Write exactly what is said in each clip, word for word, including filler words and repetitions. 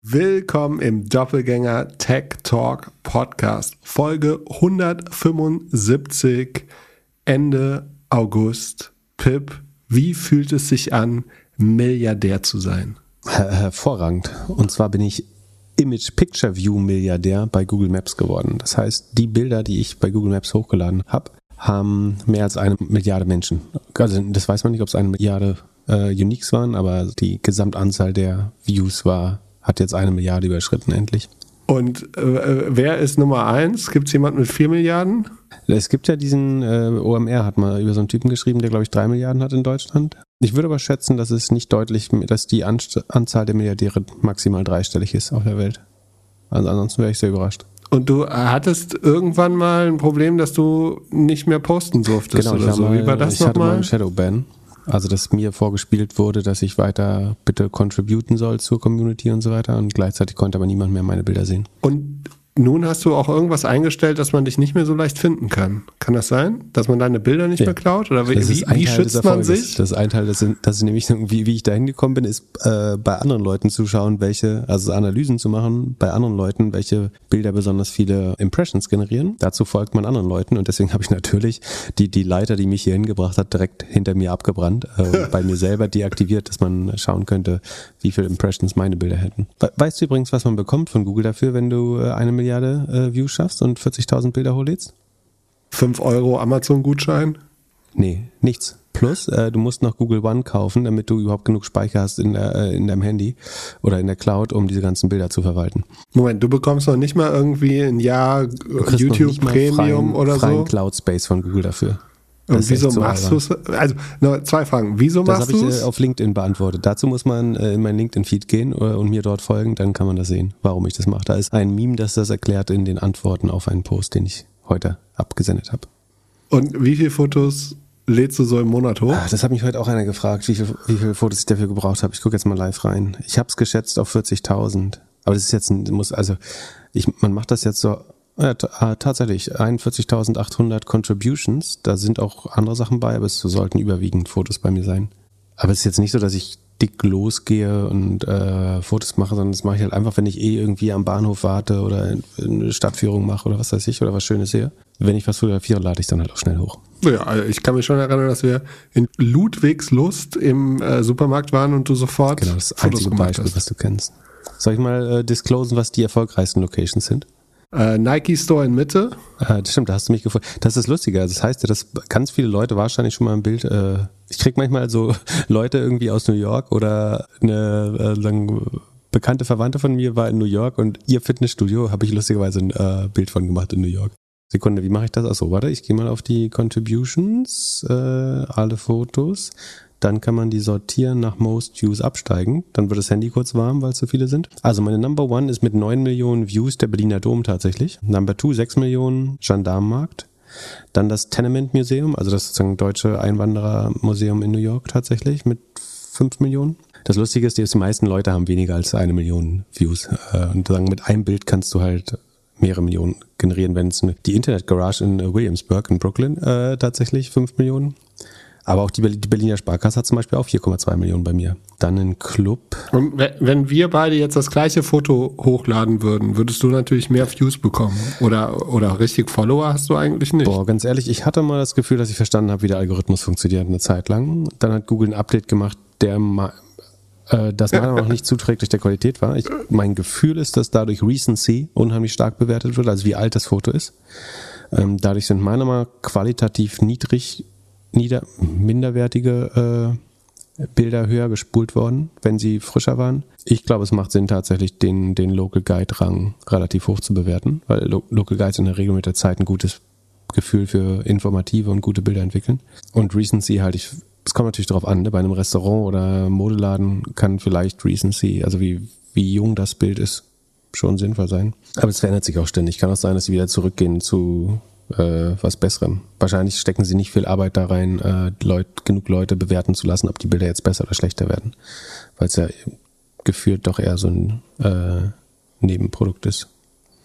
Willkommen im Doppelgänger Tech Talk Podcast, Folge hundertfünfundsiebzig, Ende August. Pip, wie fühlt es sich an, Milliardär zu sein? Her- hervorragend. Und zwar bin ich Image Picture View Milliardär bei Google Maps geworden. Das heißt, die Bilder, die ich bei Google Maps hochgeladen habe, haben mehr als eine Milliarde Menschen. Also das weiß man nicht, ob es eine Milliarde äh, Uniques waren, aber die Gesamtanzahl der Views war hat jetzt eine Milliarde überschritten, endlich. Und äh, wer ist Nummer eins? Gibt es jemanden mit vier Milliarden? Es gibt ja diesen, äh, O M R hat mal über so einen Typen geschrieben, der glaube ich drei Milliarden hat in Deutschland. Ich würde aber schätzen, dass es nicht deutlich, dass die Anst- Anzahl der Milliardäre maximal dreistellig ist auf der Welt. Also ansonsten wäre ich sehr überrascht. Und du hattest irgendwann mal ein Problem, dass du nicht mehr posten durftest Genau, oder ich, so. mal, Wie war das ich hatte mal nochmal? einen Shadowban. Also, dass mir vorgespielt wurde, dass ich weiter bitte contributen soll zur Community und so weiter. Und gleichzeitig konnte aber niemand mehr meine Bilder sehen. Und nun hast du auch irgendwas eingestellt, dass man dich nicht mehr so leicht finden kann. Kann das sein? Dass man deine Bilder nicht Ja. mehr klaut? Oder wie, Das ist wie, ein wie Teil des schützt man Erfolges. sich? Das ist ein Teil, das ist, das ist nämlich, wie, wie ich da hingekommen bin, ist äh, bei anderen Leuten zu schauen, welche, also Analysen zu machen, bei anderen Leuten, welche Bilder besonders viele Impressions generieren. Dazu folgt man anderen Leuten und deswegen habe ich natürlich die, die Leiter, die mich hier hingebracht hat, direkt hinter mir abgebrannt äh, und bei mir selber deaktiviert, dass man schauen könnte, wie viele Impressions meine Bilder hätten. We- Weißt du übrigens, was man bekommt von Google dafür, wenn du äh, eine Milliarde äh, Views schaffst und vierzigtausend Bilder hochlädst? fünf Euro Amazon-Gutschein? Nee, nichts. Plus, äh, du musst noch Google One kaufen, damit du überhaupt genug Speicher hast in, der, äh, in deinem Handy oder in der Cloud, um diese ganzen Bilder zu verwalten. Moment, du bekommst noch nicht mal irgendwie ein Jahr Du kriegst noch YouTube nicht mal Premium freien, oder freien so? Cloud Space von Google dafür. Das Und ist wieso echt so machst albern. du es? Also, noch zwei Fragen. Wieso Das machst habe du ich es? äh, auf LinkedIn beantwortet. Dazu muss man äh, in meinen LinkedIn-Feed gehen äh, und mir dort folgen, dann kann man das sehen, warum ich das mache. Da ist ein Meme, das das erklärt in den Antworten auf einen Post, den ich heute abgesendet habe. Und wie viele Fotos lädst du so im Monat hoch? Ah, das hat mich heute auch einer gefragt, wie, viel, wie viele Fotos ich dafür gebraucht habe. Ich gucke jetzt mal live rein. Ich habe es geschätzt auf vierzigtausend. Aber das ist jetzt ein, muss also ich, man macht das jetzt so, ja, t- ah, tatsächlich einundvierzigtausendachthundert Contributions. Da sind auch andere Sachen bei, aber es sollten überwiegend Fotos bei mir sein. Aber es ist jetzt nicht so, dass ich dick losgehe und äh, Fotos mache, sondern das mache ich halt einfach, wenn ich eh irgendwie am Bahnhof warte oder eine Stadtführung mache oder was weiß ich oder was Schönes sehe. Wenn ich was fotografiere, lade ich dann halt auch schnell hoch. Ja, also ich kann mich schon erinnern, dass wir in Ludwigslust im äh, Supermarkt waren und du sofort Genau, das Fotos einzige gemacht Beispiel, hast. was du kennst. Soll ich mal äh, disclosen, was die erfolgreichsten Locations sind? Äh, Nike Store in Mitte. Äh, das stimmt, da hast du mich gefunden. Das ist lustiger. Also das heißt ja, dass ganz viele Leute wahrscheinlich schon mal ein Bild, äh, ich krieg manchmal so Leute irgendwie aus New York oder eine äh, sagen, bekannte Verwandte von mir war in New York und ihr Fitnessstudio habe ich lustigerweise ein äh, Bild von gemacht in New York. Sekunde, wie mache ich das? Achso, warte, ich gehe mal auf die Contributions, äh, alle Fotos. Dann kann man die sortieren nach Most Views absteigen. Dann wird das Handy kurz warm, weil es so viele sind. Also meine Number One ist mit neun Millionen Views der Berliner Dom tatsächlich. Number Two sechs Millionen Gendarmenmarkt. Dann das Tenement Museum, also das sozusagen deutsche Einwanderermuseum in New York tatsächlich mit fünf Millionen. Das Lustige ist, die meisten Leute haben weniger als eine Million Views. Und sagen, mit einem Bild kannst du halt mehrere Millionen generieren, wenn es eine, die Internet Garage in Williamsburg in Brooklyn äh, tatsächlich fünf Millionen. Aber auch die, Berl- die Berliner Sparkasse hat zum Beispiel auch vier Komma zwei Millionen bei mir. Dann ein Club. Und we- wenn wir beide jetzt das gleiche Foto hochladen würden, würdest du natürlich mehr Views bekommen. Oder, oder richtig Follower hast du eigentlich nicht. Boah, ganz ehrlich, ich hatte mal das Gefühl, dass ich verstanden habe, wie der Algorithmus funktioniert eine Zeit lang. Dann hat Google ein Update gemacht, der ma- äh, das meiner Meinung nach nicht zuträglich der Qualität war. Ich, mein Gefühl ist, dass dadurch Recency unheimlich stark bewertet wird, also wie alt das Foto ist. Ähm, dadurch sind meiner Meinung nach qualitativ niedrig nieder, minderwertige äh, Bilder höher gespult worden, wenn sie frischer waren. Ich glaube, es macht Sinn, tatsächlich den, den Local Guide Rang relativ hoch zu bewerten, weil Lo- Local Guides in der Regel mit der Zeit ein gutes Gefühl für informative und gute Bilder entwickeln. Und Recency halte ich, es kommt natürlich darauf an, ne? Bei einem Restaurant oder Modeladen kann vielleicht Recency, also wie, wie jung das Bild ist, schon sinnvoll sein. Aber es verändert sich auch ständig. Kann auch sein, dass sie wieder zurückgehen zu äh, was Besserem. Wahrscheinlich stecken sie nicht viel Arbeit da rein, äh, Leut, genug Leute bewerten zu lassen, ob die Bilder jetzt besser oder schlechter werden. Weil es ja gefühlt doch eher so ein äh, Nebenprodukt ist.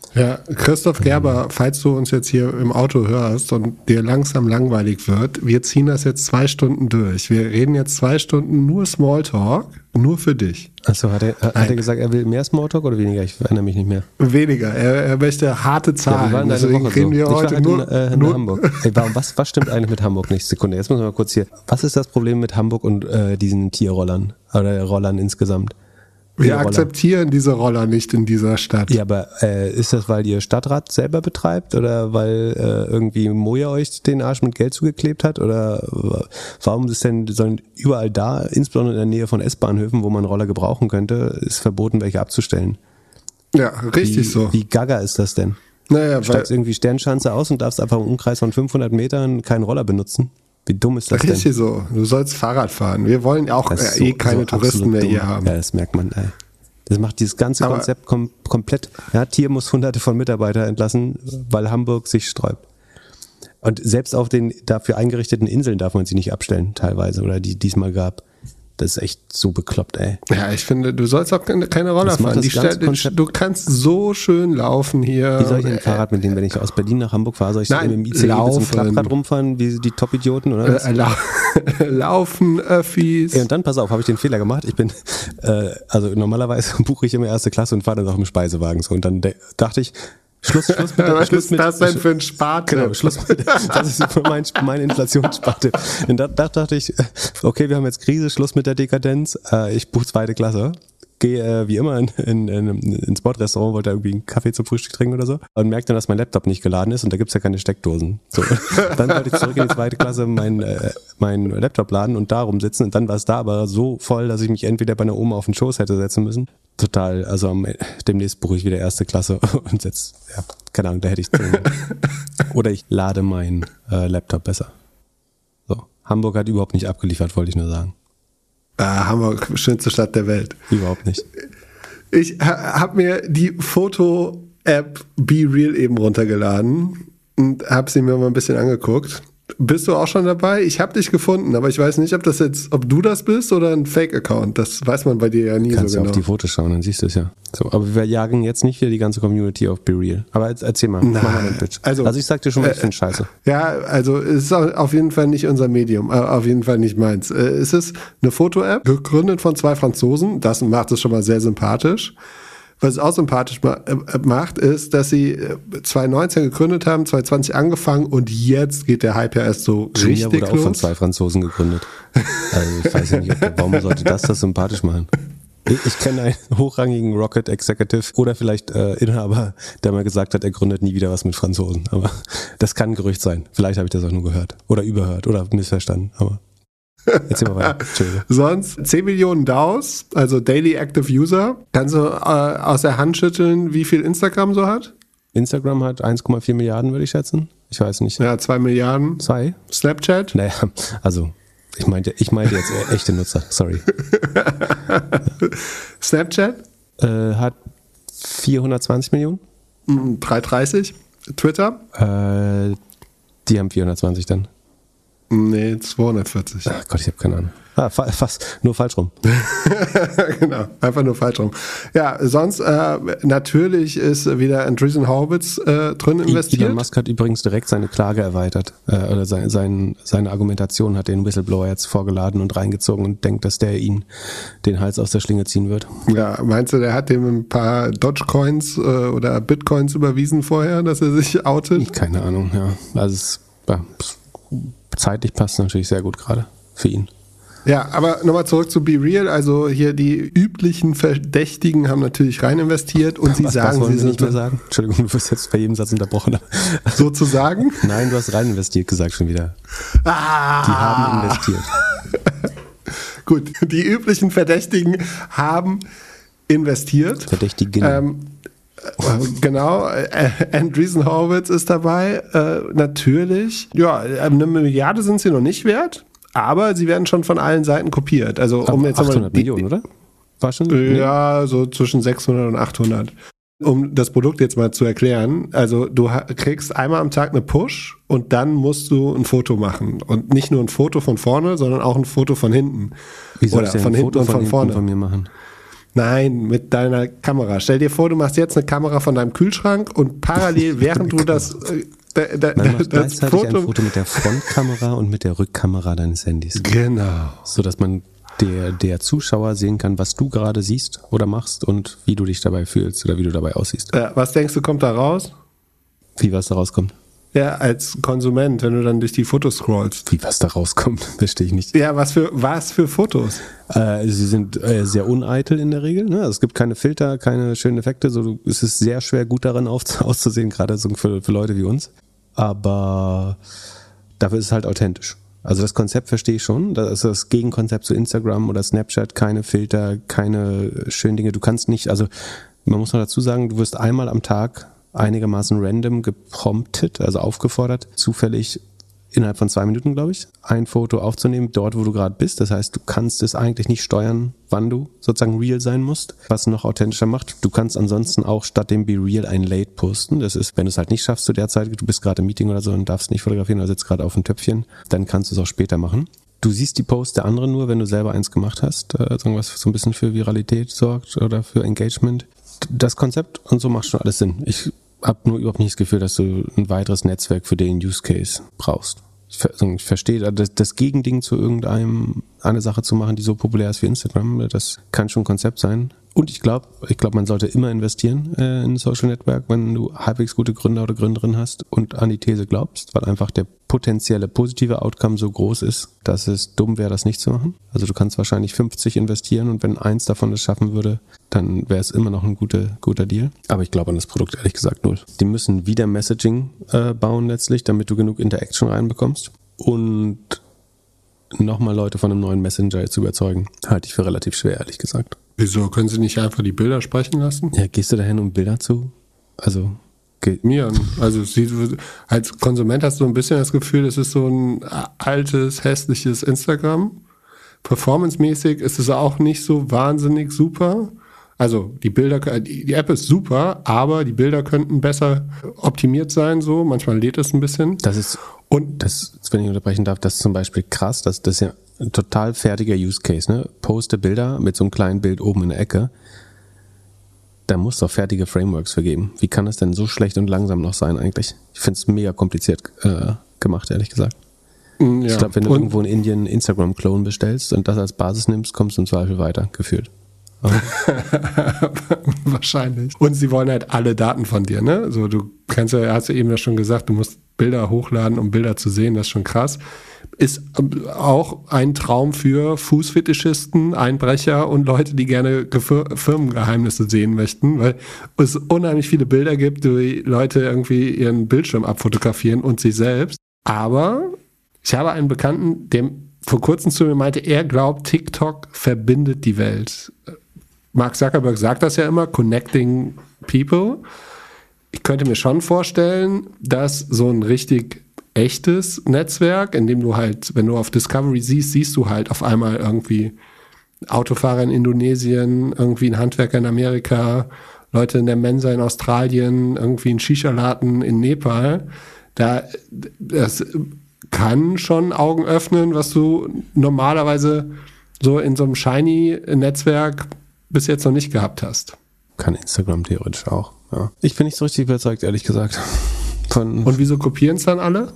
Ja, Christoph Gerber, falls du uns jetzt hier im Auto hörst und dir langsam langweilig wird, wir ziehen das jetzt zwei Stunden durch. Wir reden jetzt zwei Stunden nur Smalltalk, nur für dich. Achso, hat er, hat er gesagt, er will mehr Smalltalk oder weniger? Ich erinnere mich nicht mehr. Weniger, er, er möchte harte Zahlen. Ja, deswegen reden so. wir ich heute halt nur, in, äh, in nur Hamburg. Ey, warum, was, was stimmt eigentlich mit Hamburg nicht? Sekunde, jetzt müssen wir mal kurz hier. Was ist das Problem mit Hamburg und äh, diesen Tierrollern? Oder Rollern insgesamt? Wir akzeptieren diese Roller nicht in dieser Stadt. Ja, aber äh, ist das, weil ihr Stadtrat selber betreibt oder weil äh, irgendwie Moja euch den Arsch mit Geld zugeklebt hat? Oder warum ist denn, sollen überall da, insbesondere in der Nähe von S-Bahnhöfen, wo man Roller gebrauchen könnte, ist verboten, welche abzustellen? Ja, richtig wie, so. Wie gaga ist das denn? Naja, du steigst irgendwie Sternschanze aus und darfst einfach im Umkreis von fünfhundert Metern keinen Roller benutzen? Wie dumm ist das denn? Richtig so. Du sollst Fahrrad fahren. Wir wollen auch äh, so, eh keine so Touristen mehr dumm. hier haben. Ja, das merkt man. Ey. Das macht dieses ganze Aber Konzept kom- komplett. Ja, Tier muss hunderte von Mitarbeitern entlassen, weil Hamburg sich sträubt. Und selbst auf den dafür eingerichteten Inseln darf man sie nicht abstellen, teilweise, oder die diesmal gab. Das ist echt so bekloppt, ey. Ja, ich finde, du sollst auch keine, keine Roller fahren. Die Stadt, du kannst so schön laufen hier. Wie soll ich ein Fahrrad mitnehmen, wenn ich aus Berlin nach Hamburg fahre? Soll ich Nein, im I C E mit so einem Klapprad rumfahren, wie die Top-Idioten, oder? Äh, lau- laufen, Öffis. Ey, und dann, pass auf, habe ich den Fehler gemacht. Ich bin, äh, also normalerweise buche ich immer erste Klasse und fahre dann auch im Speisewagen. So. Und dann de- dachte ich, Schluss, Schluss mit der, Was Schluss ist mit, das denn für ein Sparte? Genau, Schluss mit, das ist mein, meine Inflationssparte. Und da, da dachte ich, okay, wir haben jetzt Krise, Schluss mit der Dekadenz, äh, ich buche zweite Klasse, gehe äh, wie immer in, in, in, ins Bordrestaurant, wollte irgendwie einen Kaffee zum Frühstück trinken oder so und merkte dann, dass mein Laptop nicht geladen ist und da gibt's ja keine Steckdosen. So. Dann wollte ich zurück in die zweite Klasse meinen äh, mein Laptop laden und da rumsitzen und dann war es da aber so voll, dass ich mich entweder bei einer Oma auf den Schoß hätte setzen müssen. Total, also am, demnächst buche ich wieder erste Klasse und setz, ja, keine Ahnung, da hätte ich oder ich lade meinen äh, Laptop besser. So, Hamburg hat überhaupt nicht abgeliefert, wollte ich nur sagen. Ah, Hamburg, schönste Stadt der Welt. Überhaupt nicht. Ich ha- habe mir die Foto-App Be Real eben runtergeladen und habe sie mir mal ein bisschen angeguckt. Bist du auch schon dabei? Ich habe dich gefunden, aber ich weiß nicht, ob das jetzt, ob du das bist oder ein Fake-Account. Das weiß man bei dir ja nie Kannst so genau. Kannst du auf die Fotos schauen, dann siehst du es ja. So, aber wir jagen jetzt nicht wieder die ganze Community auf Be Real. Aber erzähl mal, Na, mach mal den Pitch. Also, also ich sag dir schon mal, ich äh, finde scheiße. Ja, also es ist auf jeden Fall nicht unser Medium, auf jeden Fall nicht meins. Es ist eine Foto-App, gegründet von zwei Franzosen. Das macht es schon mal sehr sympathisch. Was es auch sympathisch ma- äh, macht, ist, dass sie zwanzig neunzehn gegründet haben, zwanzig zwanzig angefangen und jetzt geht der Hype ja erst so Junior richtig wurde auch los. von zwei Franzosen gegründet. Also ich weiß ja nicht, ob der, warum sollte das das sympathisch machen? Ich, ich kenne einen hochrangigen Rocket Executive oder vielleicht äh, Inhaber, der mal gesagt hat, er gründet nie wieder was mit Franzosen. Aber das kann ein Gerücht sein. Vielleicht habe ich das auch nur gehört oder überhört oder missverstanden. Aber erzähl mal weiter. Sonst zehn Millionen D A Us, also Daily Active User. Kannst du äh, aus der Hand schütteln, wie viel Instagram so hat? Instagram hat eins Komma vier Milliarden, würde ich schätzen. Ich weiß nicht. Ja, zwei Milliarden. Zwei? Snapchat? Naja, also ich meinte, ich meinte jetzt echte Nutzer, sorry. Snapchat? Äh, hat vierhundertzwanzig Millionen. dreihundertdreißig. Twitter? Äh, die haben vierhundertzwanzig dann. Nee, zweihundertvierzig. Ach Gott, ich habe keine Ahnung. Ah, fa- fast, nur falsch rum. Genau, einfach nur falsch rum. Ja, sonst äh, natürlich ist wieder Andreessen Horowitz äh, drin investiert. Elon Musk hat übrigens direkt seine Klage erweitert. Äh, oder sein, sein, seine Argumentation hat den Whistleblower jetzt vorgeladen und reingezogen und denkt, dass der ihn den Hals aus der Schlinge ziehen wird. Ja, meinst du, der hat dem ein paar Dogecoins äh, oder Bitcoins überwiesen vorher, dass er sich outet? Keine Ahnung, ja. Also es, ja, zeitlich passt natürlich sehr gut gerade für ihn. Ja, aber nochmal zurück zu Be Real. Also hier die üblichen Verdächtigen haben natürlich rein investiert und sie was, sagen, was wollen sie wir sind nicht mehr sagen. Entschuldigung, du wirst jetzt bei jedem Satz unterbrochen. sozusagen. Nein, du hast rein investiert gesagt schon wieder. Ah. Die haben investiert. Gut, die üblichen Verdächtigen haben investiert. Verdächtigen. Ähm, Genau, äh, Andreessen Horowitz ist dabei, äh, natürlich. Ja, eine Milliarde sind sie noch nicht wert, aber sie werden schon von allen Seiten kopiert. Also um jetzt achthundert Millionen, oder? War schon? Ja, so zwischen sechshundert und achthundert. Um das Produkt jetzt mal zu erklären, also du ha- kriegst einmal am Tag eine Push und dann musst du ein Foto machen. Und nicht nur ein Foto von vorne, sondern auch ein Foto von hinten. Wie soll Oder ich denn von ein hinten Foto und von, von hinten vorne. von mir machen? Nein, mit deiner Kamera. Stell dir vor, du machst jetzt eine Kamera von deinem Kühlschrank und parallel, während du das, äh, da, da, Man macht das gleichzeitig Foto... ein Foto mit der Frontkamera und mit der Rückkamera deines Handys. Genau. So dass man der, der Zuschauer sehen kann, was du gerade siehst oder machst und wie du dich dabei fühlst oder wie du dabei aussiehst. Äh, was denkst du, kommt da raus? Wie was da rauskommt? Ja, als Konsument, wenn du dann durch die Fotos scrollst. Wie was da rauskommt, verstehe ich nicht. Ja, was für, was für Fotos? Äh, sie sind äh, sehr uneitel in der Regel. Ne? Es gibt keine Filter, keine schönen Effekte. So, du, es ist sehr schwer, gut darin auf, auszusehen, gerade so für, für Leute wie uns. Aber dafür ist es halt authentisch. Also das Konzept verstehe ich schon. Das ist das Gegenkonzept zu Instagram oder Snapchat. Keine Filter, keine schönen Dinge. Du kannst nicht, also man muss noch dazu sagen, du wirst einmal am Tag einigermaßen random gepromptet, also aufgefordert, zufällig innerhalb von zwei Minuten, glaube ich, ein Foto aufzunehmen, dort, wo du gerade bist. Das heißt, du kannst es eigentlich nicht steuern, wann du sozusagen real sein musst, was noch authentischer macht. Du kannst ansonsten auch statt dem Be Real ein Late posten. Das ist, wenn du es halt nicht schaffst zu der Zeit, du bist gerade im Meeting oder so und darfst nicht fotografieren oder sitzt gerade auf dem Töpfchen, dann kannst du es auch später machen. Du siehst die Posts der anderen nur, wenn du selber eins gemacht hast, äh, irgendwas so ein bisschen für Viralität sorgt oder für Engagement. Das Konzept und so macht schon alles Sinn. Ich habe nur überhaupt nicht das Gefühl, dass du ein weiteres Netzwerk für den Use Case brauchst. Ich, ver- ich verstehe, das, das Gegending zu irgendeinem, eine Sache zu machen, die so populär ist wie Instagram, das kann schon ein Konzept sein. Und ich glaube, ich glaube, man sollte immer investieren äh, in ein Social Network, wenn du halbwegs gute Gründer oder Gründerin hast und an die These glaubst, weil einfach der potenzielle positive Outcome so groß ist, dass es dumm wäre, das nicht zu machen. Also du kannst wahrscheinlich fünfzig investieren und wenn eins davon es schaffen würde, dann wäre es immer noch ein guter, guter Deal. Aber ich glaube an das Produkt ehrlich gesagt null. Die müssen wieder Messaging äh, bauen letztlich, damit du genug Interaction reinbekommst. Und nochmal Leute von einem neuen Messenger zu überzeugen, halte ich für relativ schwer, ehrlich gesagt. Wieso? Können sie nicht einfach die Bilder sprechen lassen? Ja, gehst du dahin, um Bilder zu? Also, ge- Mir. Also sie, als Konsument hast du ein bisschen das Gefühl, es ist so ein altes, hässliches Instagram. Performancemäßig ist es auch nicht so wahnsinnig super. Also die Bilder, die App ist super, aber die Bilder könnten besser optimiert sein, so. Manchmal lädt es ein bisschen. das ist, Und das, wenn ich unterbrechen darf, das ist zum Beispiel krass, das, das ist ja ein total fertiger Use Case, ne? Poste Bilder mit so einem kleinen Bild oben in der Ecke. Da muss es doch fertige Frameworks für geben. Wie kann es denn so schlecht und langsam noch sein eigentlich? Ich finde es mega kompliziert äh, gemacht, ehrlich gesagt. ja. Ich glaube, wenn du und, irgendwo in Indien einen Instagram-Clone bestellst und das als Basis nimmst, kommst du im Zweifel weiter, gefühlt. Wahrscheinlich. Und sie wollen halt alle Daten von dir, ne? So, du kannst ja, hast ja eben ja schon gesagt, du musst Bilder hochladen, um Bilder zu sehen, das ist schon krass. Ist auch ein Traum für Fußfetischisten, Einbrecher und Leute, die gerne Gefir- Firmengeheimnisse sehen möchten, weil es unheimlich viele Bilder gibt, die Leute irgendwie ihren Bildschirm abfotografieren und sich selbst. Aber ich habe einen Bekannten, der vor kurzem zu mir meinte, er glaubt, TikTok verbindet die Welt. Mark Zuckerberg sagt das ja immer, connecting people. Ich könnte mir schon vorstellen, dass so ein richtig echtes Netzwerk, in dem du halt, wenn du auf Discovery siehst, siehst du halt auf einmal irgendwie Autofahrer in Indonesien, irgendwie ein Handwerker in Amerika, Leute in der Mensa in Australien, irgendwie ein Shisha-Laden in Nepal. Da, das kann schon Augen öffnen, was du normalerweise so in so einem Shiny-Netzwerk bis jetzt noch nicht gehabt hast. Kann Instagram theoretisch auch. Ja. Ich bin nicht so richtig überzeugt, ehrlich gesagt. Von Und wieso kopieren es dann alle?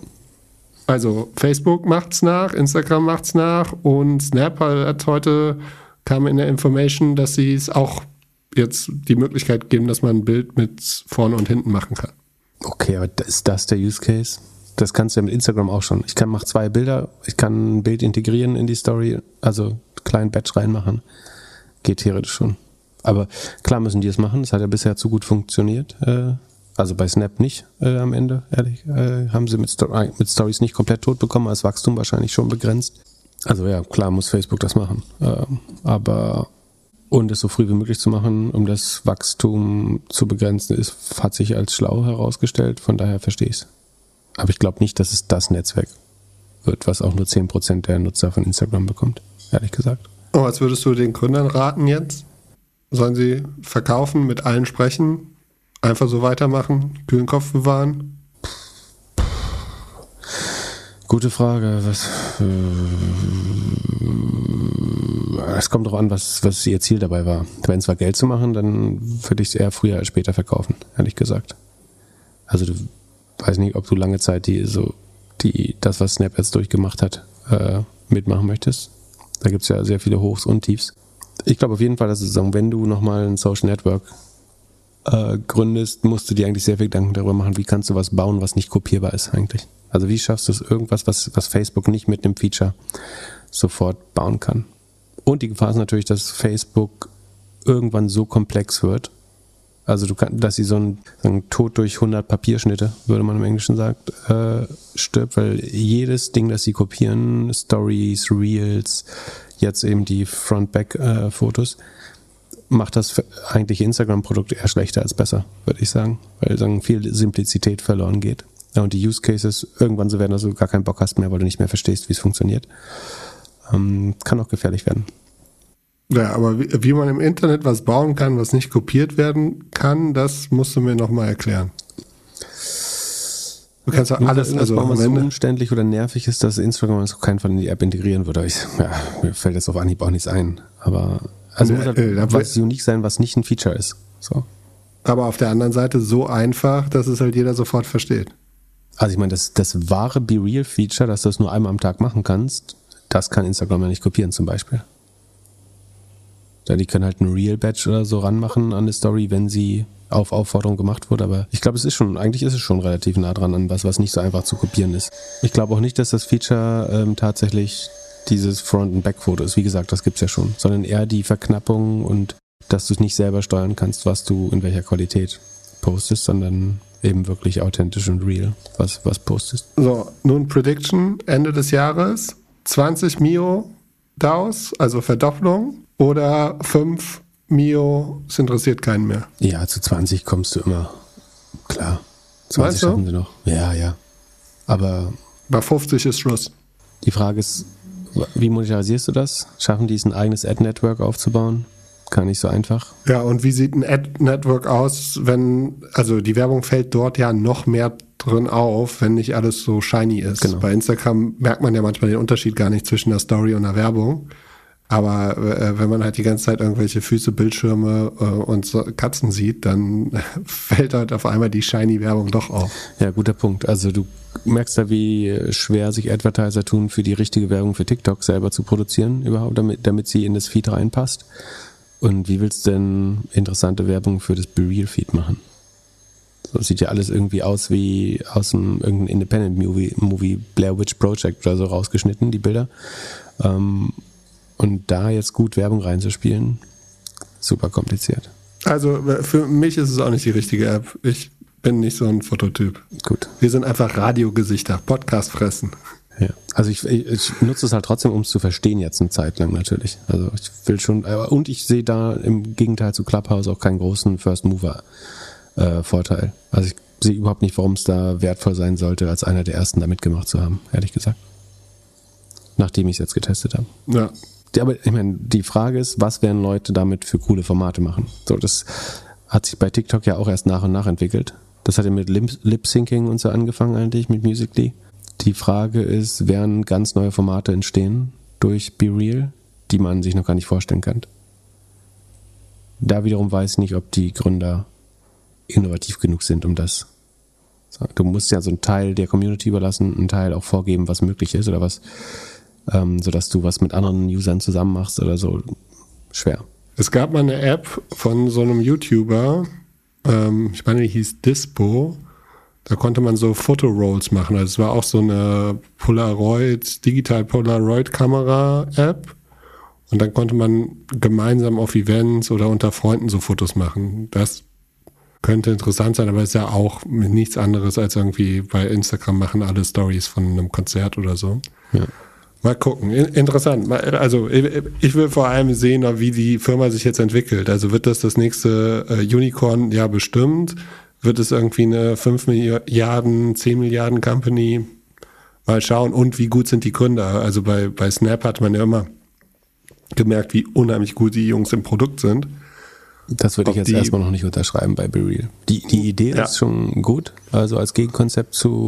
Also Facebook macht's nach, Instagram macht's nach und Snap hat heute, kam in der Information, dass sie es auch jetzt die Möglichkeit geben, dass man ein Bild mit vorne und hinten machen kann. Okay, aber ist das der Use Case? Das kannst du ja mit Instagram auch schon. Ich kann mach zwei Bilder, ich kann ein Bild integrieren in die Story, also einen kleinen Batch reinmachen. Geht theoretisch schon. Aber klar müssen die es machen, das hat ja bisher zu gut funktioniert. Also bei Snap nicht äh, am Ende, ehrlich. Äh, haben sie mit, Sto- mit Stories nicht komplett tot bekommen, als Wachstum wahrscheinlich schon begrenzt. Also ja, klar muss Facebook das machen. Ähm, aber und es so früh wie möglich zu machen, um das Wachstum zu begrenzen, ist, hat sich als schlau herausgestellt. Von daher verstehe ich es. Aber ich glaube nicht, dass es das Netzwerk wird, was auch nur zehn Prozent der Nutzer von Instagram bekommt, ehrlich gesagt. Oh, was würdest du den Gründern raten jetzt? Sollen sie verkaufen, mit allen sprechen? Einfach so weitermachen, kühlen Kopf bewahren? Gute Frage. Was? Es kommt darauf an, was, was ihr Ziel dabei war. Wenn es war, Geld zu machen, dann würde ich es eher früher als später verkaufen, ehrlich gesagt. Also du weiß nicht, ob du lange Zeit die so die das, was Snap jetzt durchgemacht hat, äh, mitmachen möchtest. Da gibt es ja sehr viele Hochs und Tiefs. Ich glaube auf jeden Fall, dass es sagen, wenn du nochmal ein Social Network äh, gründest, musst du dir eigentlich sehr viel Gedanken darüber machen, wie kannst du was bauen, was nicht kopierbar ist eigentlich. Also wie schaffst du es irgendwas, was, was Facebook nicht mit einem Feature sofort bauen kann. Und die Gefahr ist natürlich, dass Facebook irgendwann so komplex wird, also du kannst, dass sie so ein, so ein Tod durch hundert Papierschnitte, würde man im Englischen sagt, äh, stirbt, weil jedes Ding, das sie kopieren, Stories, Reels, jetzt eben die Front-Back-Fotos, macht das eigentlich Instagram-Produkt eher schlechter als besser, würde ich sagen, weil sagen, viel Simplizität verloren geht. Ja, und die Use Cases irgendwann so werden, dass du gar keinen Bock hast mehr, weil du nicht mehr verstehst, wie es funktioniert. Ähm, kann auch gefährlich werden. Ja, aber wie, wie man im Internet was bauen kann, was nicht kopiert werden kann, das musst du mir nochmal erklären. Du kannst doch alles, also am was so Ende umständlich oder nervig ist, dass Instagram auf keinen Fall in die App integrieren würde. Ich, ja, mir fällt jetzt auf Anhieb auch nichts ein. Aber also muss halt äh, was unique sein, was nicht ein Feature ist. So. Aber auf der anderen Seite so einfach, dass es halt jeder sofort versteht. Also ich meine, das, das wahre BeReal-Feature, dass du es nur einmal am Tag machen kannst, das kann Instagram ja nicht kopieren zum Beispiel. Ja, die können halt ein Real-Badge oder so ranmachen an eine Story, wenn sie auf Aufforderung gemacht wurde, aber ich glaube, es ist schon, eigentlich ist es schon relativ nah dran an was, was nicht so einfach zu kopieren ist. Ich glaube auch nicht, dass das Feature ähm, tatsächlich dieses Front- und Back-Foto ist. Wie gesagt, das gibt's ja schon, sondern eher die Verknappung und dass du es nicht selber steuern kannst, was du in welcher Qualität postest, sondern eben wirklich authentisch und real, was, was postest. So, nun Prediction, Ende des Jahres, zwanzig Mio D A Us, also Verdopplung, oder fünf Mio, es interessiert keinen mehr. Ja, zu zwanzig kommst du immer, klar. zwanzig weißt du? Schaffen sie noch. Ja, ja. Aber bei fünfzig ist Schluss. Die Frage ist, wie monetarisierst du das? Schaffen die es, ein eigenes Ad-Network aufzubauen? Gar nicht so einfach. Ja, und wie sieht ein Ad-Network aus, wenn, also die Werbung fällt dort ja noch mehr drin auf, wenn nicht alles so shiny ist. Genau. Bei Instagram merkt man ja manchmal den Unterschied gar nicht zwischen der Story und der Werbung. Aber äh, wenn man halt die ganze Zeit irgendwelche Füße, Bildschirme äh, und so Katzen sieht, dann fällt halt auf einmal die shiny Werbung doch auf. Ja, guter Punkt. Also du merkst da, wie schwer sich Advertiser tun, für die richtige Werbung für TikTok selber zu produzieren, überhaupt, damit, damit sie in das Feed reinpasst. Und wie willst du denn interessante Werbung für das BeReal-Feed machen? So, das sieht ja alles irgendwie aus wie aus einem irgendeinem Independent-Movie, Movie Blair Witch Project oder so rausgeschnitten, die Bilder. Ähm, und da jetzt gut Werbung reinzuspielen, super kompliziert. Also für mich ist es auch nicht die richtige App. Ich bin nicht so ein Fototyp. Gut. Wir sind einfach Radiogesichter, Podcast fressen. Ja, also ich, ich, ich nutze es halt trotzdem, um es zu verstehen jetzt eine Zeit lang natürlich. Also ich will schon, und ich sehe da im Gegenteil zu Clubhouse auch keinen großen First Mover äh, Vorteil. Also ich sehe überhaupt nicht, warum es da wertvoll sein sollte, als einer der ersten da mitgemacht zu haben, ehrlich gesagt. Nachdem ich es jetzt getestet habe. Ja. Aber ich meine, die Frage ist, was werden Leute damit für coole Formate machen? So, das hat sich bei TikTok ja auch erst nach und nach entwickelt. Das hat ja mit Lip-Syncing und so angefangen eigentlich, mit Musical.ly. Die Frage ist, werden ganz neue Formate entstehen durch BeReal, die man sich noch gar nicht vorstellen kann. Da wiederum weiß ich nicht, ob die Gründer innovativ genug sind, um das. Du musst ja so einen Teil der Community überlassen, einen Teil auch vorgeben, was möglich ist oder was, ähm, sodass du was mit anderen Usern zusammen machst oder so. Schwer. Es gab mal eine App von so einem YouTuber, ähm, ich meine, die hieß Dispo. Da konnte man so Fotorolls machen. Also es war auch so eine Polaroid, Digital Polaroid-Kamera-App. Und dann konnte man gemeinsam auf Events oder unter Freunden so Fotos machen. Das könnte interessant sein, aber ist ja auch nichts anderes als irgendwie bei Instagram machen alle Stories von einem Konzert oder so. Ja. Mal gucken. Interessant. Also ich will vor allem sehen, wie die Firma sich jetzt entwickelt. Also wird das das nächste Unicorn? Ja, bestimmt. Wird es irgendwie eine fünf Milliarden, zehn Milliarden Company? Mal schauen. Und wie gut sind die Gründer? Also bei, bei Snap hat man ja immer gemerkt, wie unheimlich gut die Jungs im Produkt sind. Das würde ich jetzt die, erstmal noch nicht unterschreiben bei BeReal. Die, die Idee ja. ist schon gut. Also als Gegenkonzept zu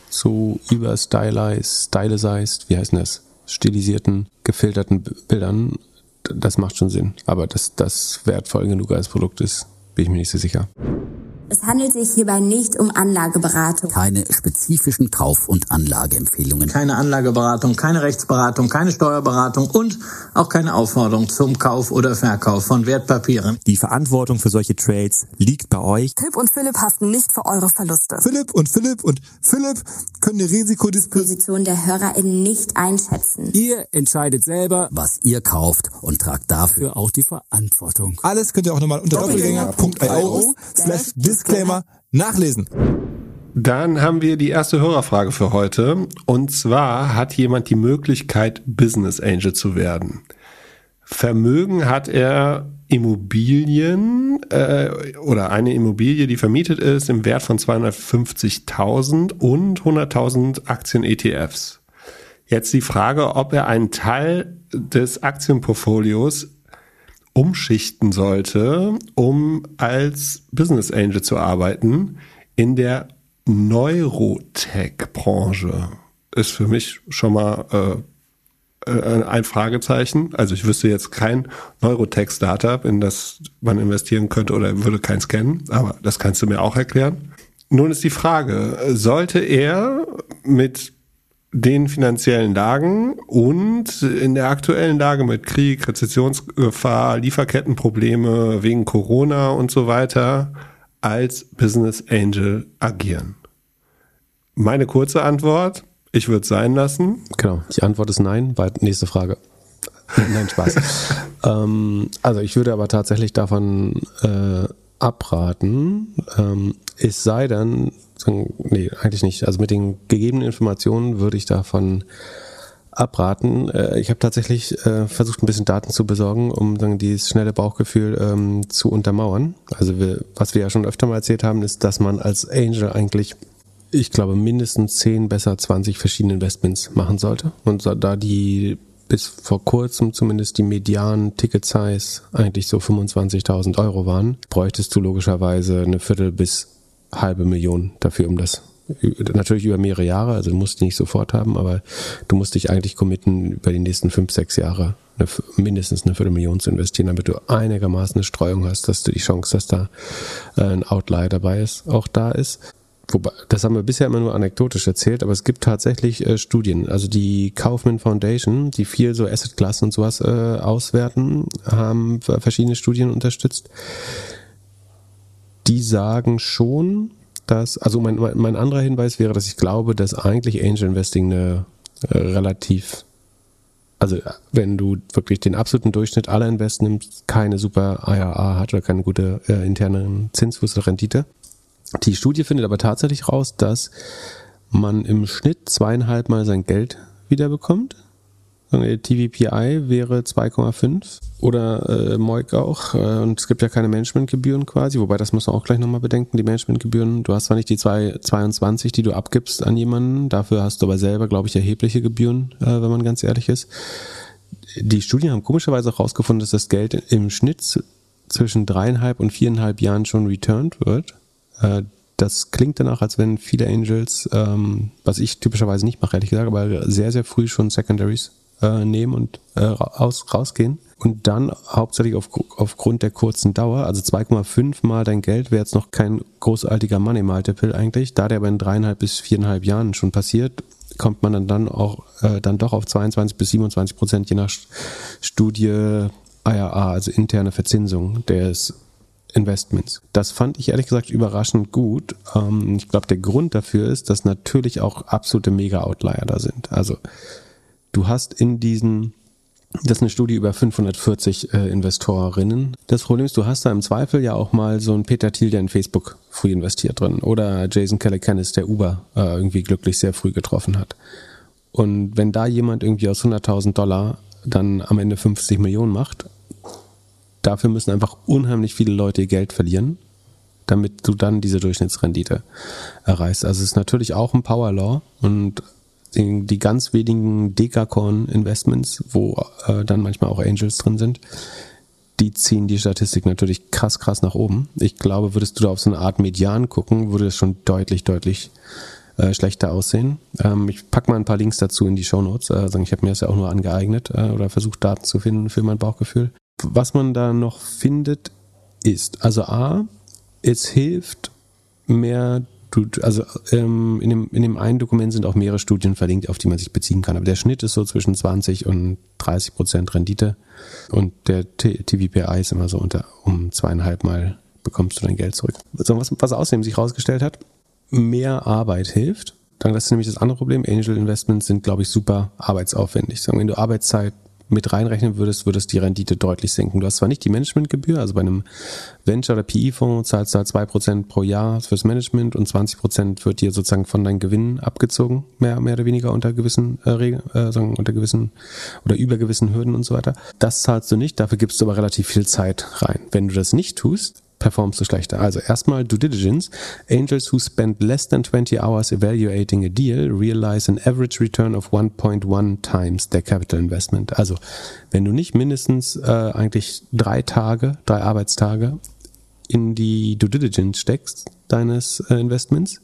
zu überstylized, stylized, wie heißt denn das? Stilisierten, gefilterten Bildern, das macht schon Sinn. Aber dass das wertvoll genug als Produkt ist, bin ich mir nicht so sicher. Es handelt sich hierbei nicht um Anlageberatung. Keine spezifischen Kauf- und Anlageempfehlungen. Keine Anlageberatung, keine Rechtsberatung, keine Steuerberatung und auch keine Aufforderung zum Kauf oder Verkauf von Wertpapieren. Die Verantwortung für solche Trades liegt bei euch. Philipp und Philipp haften nicht für eure Verluste. Philipp und Philipp und Philipp können die Risikodisposition der HörerInnen nicht einschätzen. Ihr entscheidet selber, was ihr kauft und tragt dafür auch die Verantwortung. Alles könnt ihr auch nochmal unter doppelgänger punkt io slash Disclaimer nachlesen. Dann haben wir die erste Hörerfrage für heute. Und zwar hat jemand die Möglichkeit, Business Angel zu werden. Vermögen hat er Immobilien äh, oder eine Immobilie, die vermietet ist, im Wert von zweihundertfünfzigtausend und hunderttausend Aktien-E T Fs. Jetzt die Frage, ob er einen Teil des Aktienportfolios umschichten sollte, um als Business Angel zu arbeiten in der Neurotech-Branche. Ist für mich schon mal äh, ein Fragezeichen. Also ich wüsste jetzt kein Neurotech-Startup, in das man investieren könnte oder würde keins kennen, aber das kannst du mir auch erklären. Nun ist die Frage, sollte er mit den finanziellen Lagen und in der aktuellen Lage mit Krieg, Rezessionsgefahr, Lieferkettenprobleme wegen Corona und so weiter als Business Angel agieren? Meine kurze Antwort, ich würde es sein lassen. Genau, die Antwort ist nein, weil nächste Frage. Nein, Spaß. ähm, also ich würde aber tatsächlich davon äh, abraten, ähm, es sei denn, nee, eigentlich nicht. Also mit den gegebenen Informationen würde ich davon abraten. Ich habe tatsächlich versucht, ein bisschen Daten zu besorgen, um sagen, dieses schnelle Bauchgefühl ähm, zu untermauern. Also wir, was wir ja schon öfter mal erzählt haben, ist, dass man als Angel eigentlich, ich glaube, mindestens zehn, besser zwanzig verschiedene Investments machen sollte. Und da die bis vor kurzem zumindest die Median-Ticket-Size eigentlich so fünfundzwanzigtausend Euro waren, bräuchtest du logischerweise eine Viertel bis halbe Million dafür, um das, natürlich über mehrere Jahre, also du musst die nicht sofort haben, aber du musst dich eigentlich committen, über die nächsten fünf, sechs Jahre eine, mindestens eine Viertelmillion zu investieren, damit du einigermaßen eine Streuung hast, dass du die Chance, dass da äh, ein Outlier dabei ist, auch da ist. Wobei, das haben wir bisher immer nur anekdotisch erzählt, aber es gibt tatsächlich äh, Studien. Also die Kaufman Foundation, die viel so Assetklassen und sowas äh, auswerten, haben verschiedene Studien unterstützt. Die sagen schon, dass, also mein, mein, mein anderer Hinweis wäre, dass ich glaube, dass eigentlich Angel Investing eine äh, relativ, also wenn du wirklich den absoluten Durchschnitt aller Investments nimmst, keine super I R A hat oder keine gute äh, interne Zinsfußrendite. Die Studie findet aber tatsächlich raus, dass man im Schnitt zweieinhalb Mal sein Geld wiederbekommt. T V P I wäre zwei Komma fünf oder äh, M O I C auch. Äh, und es gibt ja keine Managementgebühren quasi, wobei das muss man auch gleich nochmal bedenken, die Managementgebühren. Du hast zwar nicht die zwei, zweiundzwanzig, die du abgibst an jemanden, dafür hast du aber selber, glaube ich, erhebliche Gebühren, äh, wenn man ganz ehrlich ist. Die Studien haben komischerweise auch rausgefunden, dass das Geld im Schnitt zwischen dreieinhalb und viereinhalb Jahren schon returned wird. Das klingt danach, als wenn viele Angels, ähm, was ich typischerweise nicht mache, ehrlich gesagt, aber sehr, sehr früh schon Secondaries äh, nehmen und äh, raus, rausgehen. Und dann hauptsächlich auf, aufgrund der kurzen Dauer, also zwei Komma fünf Mal dein Geld wäre jetzt noch kein großartiger Money Multiple eigentlich. Da der aber in dreieinhalb bis viereinhalb Jahren schon passiert, kommt man dann, dann auch äh, dann doch auf zweiundzwanzig bis siebenundzwanzig Prozent je nach Studie I R A, also interne Verzinsung des Investments. Das fand ich ehrlich gesagt überraschend gut. Ähm, ich glaube, der Grund dafür ist, dass natürlich auch absolute Mega-Outlier da sind. Also du hast in diesen, das ist eine Studie über fünfhundertvierzig äh, Investorinnen. Das Problem ist, du hast da im Zweifel ja auch mal so einen Peter Thiel, der in Facebook früh investiert drin, oder Jason Calacanis, der Uber äh, irgendwie glücklich sehr früh getroffen hat. Und wenn da jemand irgendwie aus hunderttausend Dollar dann am Ende fünfzig Millionen macht, dafür müssen einfach unheimlich viele Leute ihr Geld verlieren, damit du dann diese Durchschnittsrendite erreichst. Also es ist natürlich auch ein Power Law und die, die ganz wenigen Dekakorn-Investments, wo äh, dann manchmal auch Angels drin sind, die ziehen die Statistik natürlich krass, krass nach oben. Ich glaube, würdest du da auf so eine Art Median gucken, würde es schon deutlich, deutlich äh, schlechter aussehen. Ähm, ich packe mal ein paar Links dazu in die Shownotes. Äh, ich habe mir das ja auch nur angeeignet äh, oder versucht, Daten zu finden für mein Bauchgefühl. Was man da noch findet, ist, also A, es hilft mehr, du, also ähm, in, dem, in dem einen Dokument sind auch mehrere Studien verlinkt, auf die man sich beziehen kann. Aber der Schnitt ist so zwischen zwanzig und dreißig Prozent Rendite und der T V P I ist immer so unter um zweieinhalb Mal bekommst du dein Geld zurück. So, was, was außerdem sich herausgestellt hat, mehr Arbeit hilft. Dann das ist nämlich das andere Problem. Angel Investments sind, glaube ich, super arbeitsaufwendig. Sagen, wenn du Arbeitszeit mit reinrechnen würdest, würde es die Rendite deutlich senken. Du hast zwar nicht die Managementgebühr, also bei einem Venture- oder P E-Fonds zahlst du halt zwei Prozent pro Jahr fürs Management und zwanzig Prozent wird dir sozusagen von deinen Gewinnen abgezogen, mehr, mehr oder weniger unter gewissen äh, Regeln, äh, sagen, unter gewissen oder über gewissen Hürden und so weiter. Das zahlst du nicht, dafür gibst du aber relativ viel Zeit rein. Wenn du das nicht tust, performst du schlechter. Also erstmal Due Diligence. Angels who spend less than twenty hours evaluating a deal realize an average return of one point one times their capital investment. Also wenn du nicht mindestens äh, eigentlich drei Tage, drei Arbeitstage in die Due Diligence steckst deines äh, Investments,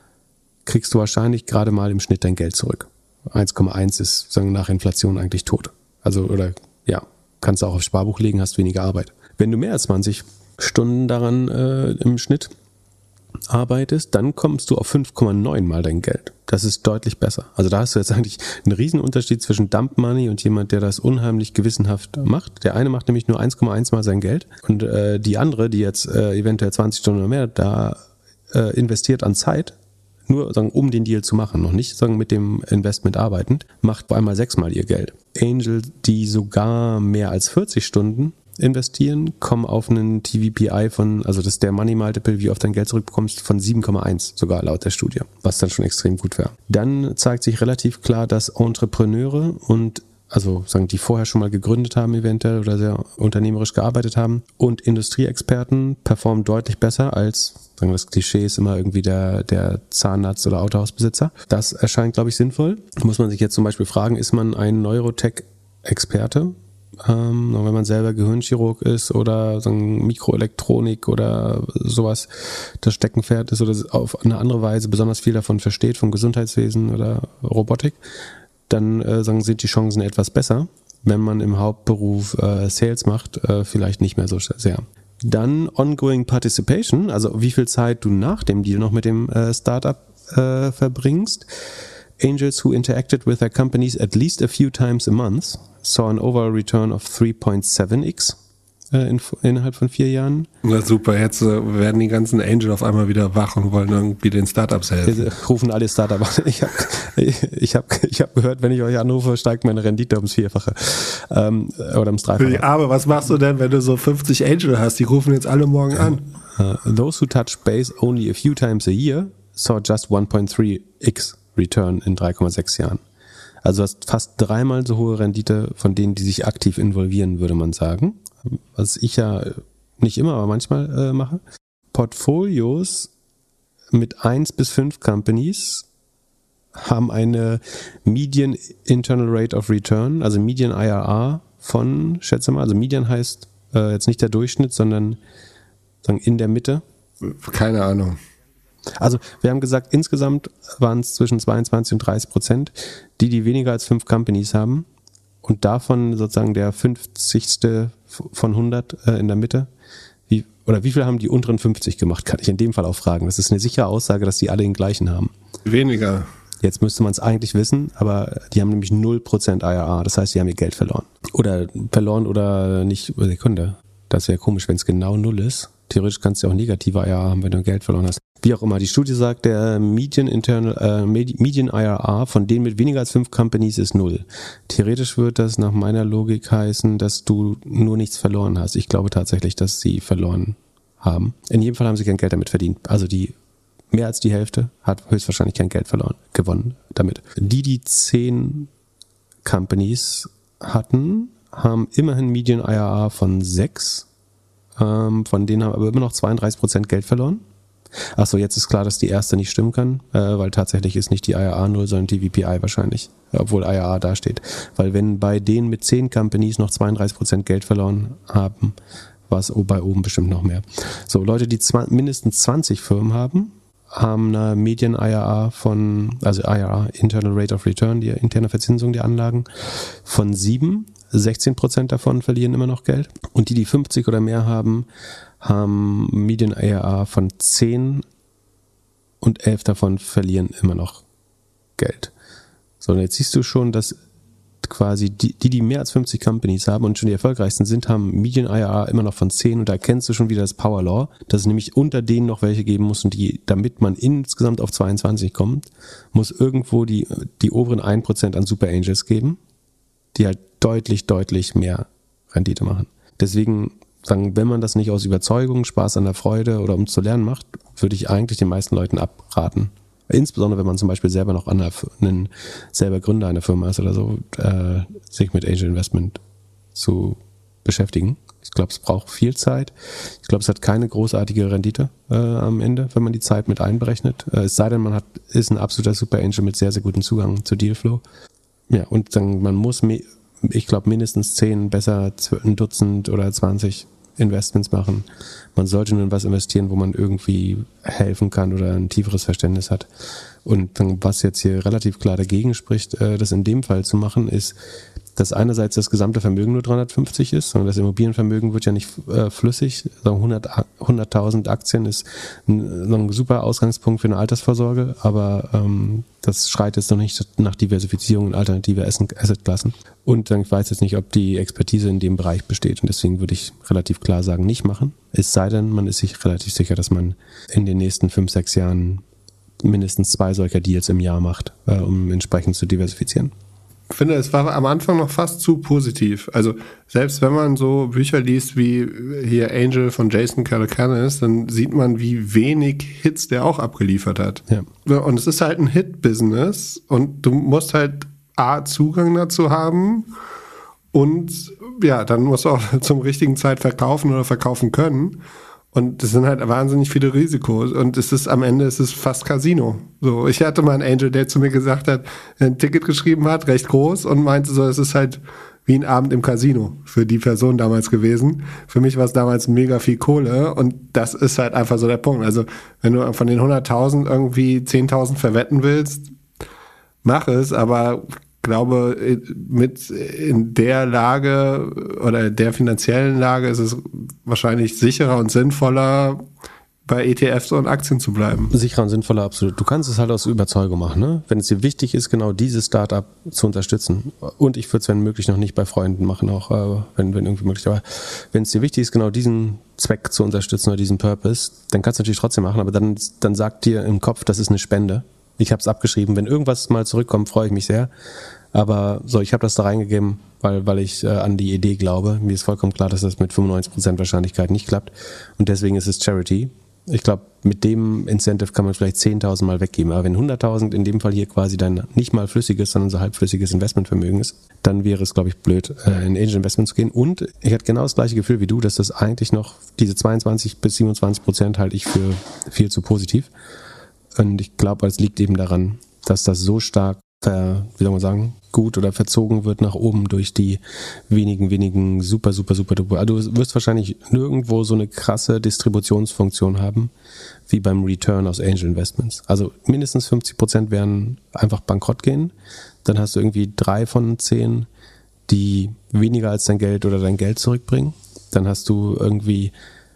kriegst du wahrscheinlich gerade mal im Schnitt dein Geld zurück. eins Komma eins ist sagen nach Inflation eigentlich tot. Also oder ja, kannst du auch aufs Sparbuch legen, hast weniger Arbeit. Wenn du mehr als zwanzig Stunden daran äh, im Schnitt arbeitest, dann kommst du auf fünf Komma neun mal dein Geld. Das ist deutlich besser. Also da hast du jetzt eigentlich einen riesen Unterschied zwischen Dump Money und jemand, der das unheimlich gewissenhaft macht. Der eine macht nämlich nur eins Komma eins mal sein Geld und äh, die andere, die jetzt äh, eventuell zwanzig Stunden oder mehr da äh, investiert an Zeit, nur sagen, um den Deal zu machen, noch nicht sagen mit dem Investment arbeitend, macht einmal sechsmal ihr Geld. Angel, die sogar mehr als vierzig Stunden investieren, kommen auf einen T V P I von, also das ist der Money Multiple, wie oft dein Geld zurückbekommst, von sieben Komma eins sogar laut der Studie, was dann schon extrem gut wäre. Dann zeigt sich relativ klar, dass Entrepreneure und also sagen, die vorher schon mal gegründet haben eventuell oder sehr unternehmerisch gearbeitet haben und Industrieexperten performen deutlich besser als, sagen wir, das Klischee ist immer irgendwie der, der Zahnarzt oder Autohausbesitzer. Das erscheint, glaube ich, sinnvoll. Muss man sich jetzt zum Beispiel fragen, ist man ein Neurotech-Experte? Ähm, wenn man selber Gehirnchirurg ist oder sagen, Mikroelektronik oder sowas das Steckenpferd ist oder auf eine andere Weise besonders viel davon versteht, vom Gesundheitswesen oder Robotik, dann äh, sagen, sind die Chancen etwas besser. Wenn man im Hauptberuf äh, Sales macht, äh, vielleicht nicht mehr so sehr. Dann Ongoing Participation, also wie viel Zeit du nach dem Deal noch mit dem äh, Startup äh, verbringst. Angels who interacted with their companies at least a few times a month saw an overall return of three point seven x äh, in, innerhalb von vier Jahren. Na super, jetzt äh, werden die ganzen Angel auf einmal wieder wach und wollen irgendwie den Startups helfen. Jetzt rufen alle Startups an. Ich habe ich hab, ich hab gehört, wenn ich euch anrufe, steigt meine Rendite ums Vierfache ähm, oder ums Dreifache. Aber was machst du denn, wenn du so fünfzig Angel hast? Die rufen jetzt alle morgen an. Uh, those who touch base only a few times a year saw just one point three x Return in drei Komma sechs Jahren. Also du hast fast dreimal so hohe Rendite von denen, die sich aktiv involvieren, würde man sagen. Was ich ja nicht immer, aber manchmal äh, mache. Portfolios mit eins bis fünf Companies haben eine Median Internal Rate of Return, also Median I R R von, schätze mal, also Median heißt äh, jetzt nicht der Durchschnitt, sondern sagen in der Mitte. Keine Ahnung. Also wir haben gesagt, insgesamt waren es zwischen zweiundzwanzig und dreißig Prozent, die, die weniger als fünf Companies haben und davon sozusagen der fünfzigste von hundert äh, in der Mitte. Wie, oder wie viel haben die unteren fünfzig gemacht, kann ich in dem Fall auch fragen. Das ist eine sichere Aussage, dass die alle den gleichen haben. Weniger. Jetzt müsste man es eigentlich wissen, aber die haben nämlich null Prozent I R R, das heißt, die haben ihr Geld verloren. Oder verloren oder nicht, Sekunde, das wäre komisch, wenn es genau null ist. Theoretisch kannst du auch negative I R R haben, wenn du Geld verloren hast. Wie auch immer, die Studie sagt, der Median, Internal, äh, Median I R R von denen mit weniger als fünf Companies ist null. Theoretisch wird das nach meiner Logik heißen, dass du nur nichts verloren hast. Ich glaube tatsächlich, dass sie verloren haben. In jedem Fall haben sie kein Geld damit verdient. Also die mehr als die Hälfte hat höchstwahrscheinlich kein Geld verloren, gewonnen damit. Die, die zehn Companies hatten, haben immerhin Median I R R von sechs. Ähm, von denen haben aber immer noch zweiunddreißig Prozent Geld verloren. Achso, jetzt ist klar, dass die erste nicht stimmen kann, äh, weil tatsächlich ist nicht die I R R null, sondern T V P I wahrscheinlich, obwohl I R R da steht. Weil wenn bei denen mit zehn Companies noch zweiunddreißig Prozent Geld verloren haben, war es bei oben bestimmt noch mehr. So, Leute, die zwanzig, mindestens zwanzig Firmen haben, haben eine Medien-I R A von, also I R A, Internal Rate of Return, die interne Verzinsung der Anlagen, von sieben. sechzehn Prozent davon verlieren immer noch Geld. Und die, die fünfzig oder mehr haben, haben Medien-I R A von zehn und elf davon verlieren immer noch Geld. So, und jetzt siehst du schon, dass quasi die, die, die mehr als fünfzig Companies haben und schon die erfolgreichsten sind, haben Medien-I R A immer noch von zehn und da erkennst du schon wieder das Power Law, dass es nämlich unter denen noch welche geben muss und die, damit man insgesamt auf zweiundzwanzig kommt, muss irgendwo die, die oberen ein Prozent an Super Angels geben, die halt deutlich, deutlich mehr Rendite machen. Deswegen sagen, wenn man das nicht aus Überzeugung, Spaß an der Freude oder um zu lernen macht, würde ich eigentlich den meisten Leuten abraten. Insbesondere, wenn man zum Beispiel selber noch an einer, einen, selber Gründer einer Firma ist oder so, äh, sich mit Angel Investment zu beschäftigen. Ich glaube, es braucht viel Zeit. Ich glaube, es hat keine großartige Rendite äh, am Ende, wenn man die Zeit mit einberechnet. Äh, es sei denn, man hat, ist ein absoluter Super Angel mit sehr, sehr gutem Zugang zu Dealflow. Ja, und dann, man muss, ich glaube, mindestens zehn, besser ein Dutzend oder zwanzig Investments machen. Man sollte nur in was investieren, wo man irgendwie helfen kann oder ein tieferes Verständnis hat. Und dann, was jetzt hier relativ klar dagegen spricht, äh, das in dem Fall zu machen, ist, dass einerseits das gesamte Vermögen nur dreihundertfünfzig ist, sondern das Immobilienvermögen wird ja nicht äh, flüssig. hunderttausend Aktien ist ein, ein super Ausgangspunkt für eine Altersvorsorge, aber ähm, das schreit jetzt noch nicht nach Diversifizierung und alternative Assetklassen. Und dann, ich weiß jetzt nicht, ob die Expertise in dem Bereich besteht und deswegen würde ich relativ klar sagen, nicht machen. Es sei denn, man ist sich relativ sicher, dass man in den nächsten fünf, sechs Jahren mindestens zwei solcher Deals im Jahr macht, äh, um entsprechend zu diversifizieren. Ich finde, es war am Anfang noch fast zu positiv. Also selbst wenn man so Bücher liest wie hier Angel von Jason Calacanis, dann sieht man, wie wenig Hits der auch abgeliefert hat. Ja. Und es ist halt ein Hit-Business und du musst halt A, Zugang dazu haben und ja, dann musst du auch zum richtigen Zeit verkaufen oder verkaufen können. Und das sind halt wahnsinnig viele Risikos. Und es ist am Ende, es ist fast Casino. So, ich hatte mal einen Angel, der zu mir gesagt hat, ein Ticket geschrieben hat, recht groß, und meinte so, es ist halt wie ein Abend im Casino für die Person damals gewesen. Für mich war es damals mega viel Kohle und das ist halt einfach so der Punkt. Also wenn du von den hunderttausend irgendwie zehntausend verwetten willst, mach es, aber glaube, mit in der Lage oder der finanziellen Lage ist es wahrscheinlich sicherer und sinnvoller, bei E T Fs und Aktien zu bleiben. Sicherer und sinnvoller, absolut. Du kannst es halt aus Überzeugung machen, ne? Wenn es dir wichtig ist, genau dieses Startup zu unterstützen. Und ich würde es, wenn möglich, noch nicht bei Freunden machen, auch äh, wenn, wenn irgendwie möglich. Aber wenn es dir wichtig ist, genau diesen Zweck zu unterstützen oder diesen Purpose, dann kannst du natürlich trotzdem machen, aber dann, dann sagt dir im Kopf, das ist eine Spende. Ich habe es abgeschrieben. Wenn irgendwas mal zurückkommt, freue ich mich sehr. Aber so, ich habe das da reingegeben, weil, weil ich äh, an die Idee glaube. Mir ist vollkommen klar, dass das mit fünfundneunzig Prozent Wahrscheinlichkeit nicht klappt. Und deswegen ist es Charity. Ich glaube, mit dem Incentive kann man vielleicht zehntausend Mal weggeben. Aber wenn hunderttausend in dem Fall hier quasi dein nicht mal flüssiges, sondern so halbflüssiges Investmentvermögen ist, dann wäre es, glaube ich, blöd, äh, in Angel Investment zu gehen. Und ich hatte genau das gleiche Gefühl wie du, dass das eigentlich noch, diese zweiundzwanzig bis siebenundzwanzig Prozent halte ich für viel zu positiv. Und ich glaube, es liegt eben daran, dass das so stark, ver, wie soll man sagen, gut oder verzogen wird nach oben durch die wenigen, wenigen super, super, super, duper. Also du wirst wahrscheinlich nirgendwo so eine krasse Distributionsfunktion haben, wie beim Return aus Angel Investments. Also mindestens fünfzig Prozent werden einfach bankrott gehen. Dann hast du irgendwie drei von zehn, die weniger als dein Geld oder dein Geld zurückbringen. Dann hast du irgendwie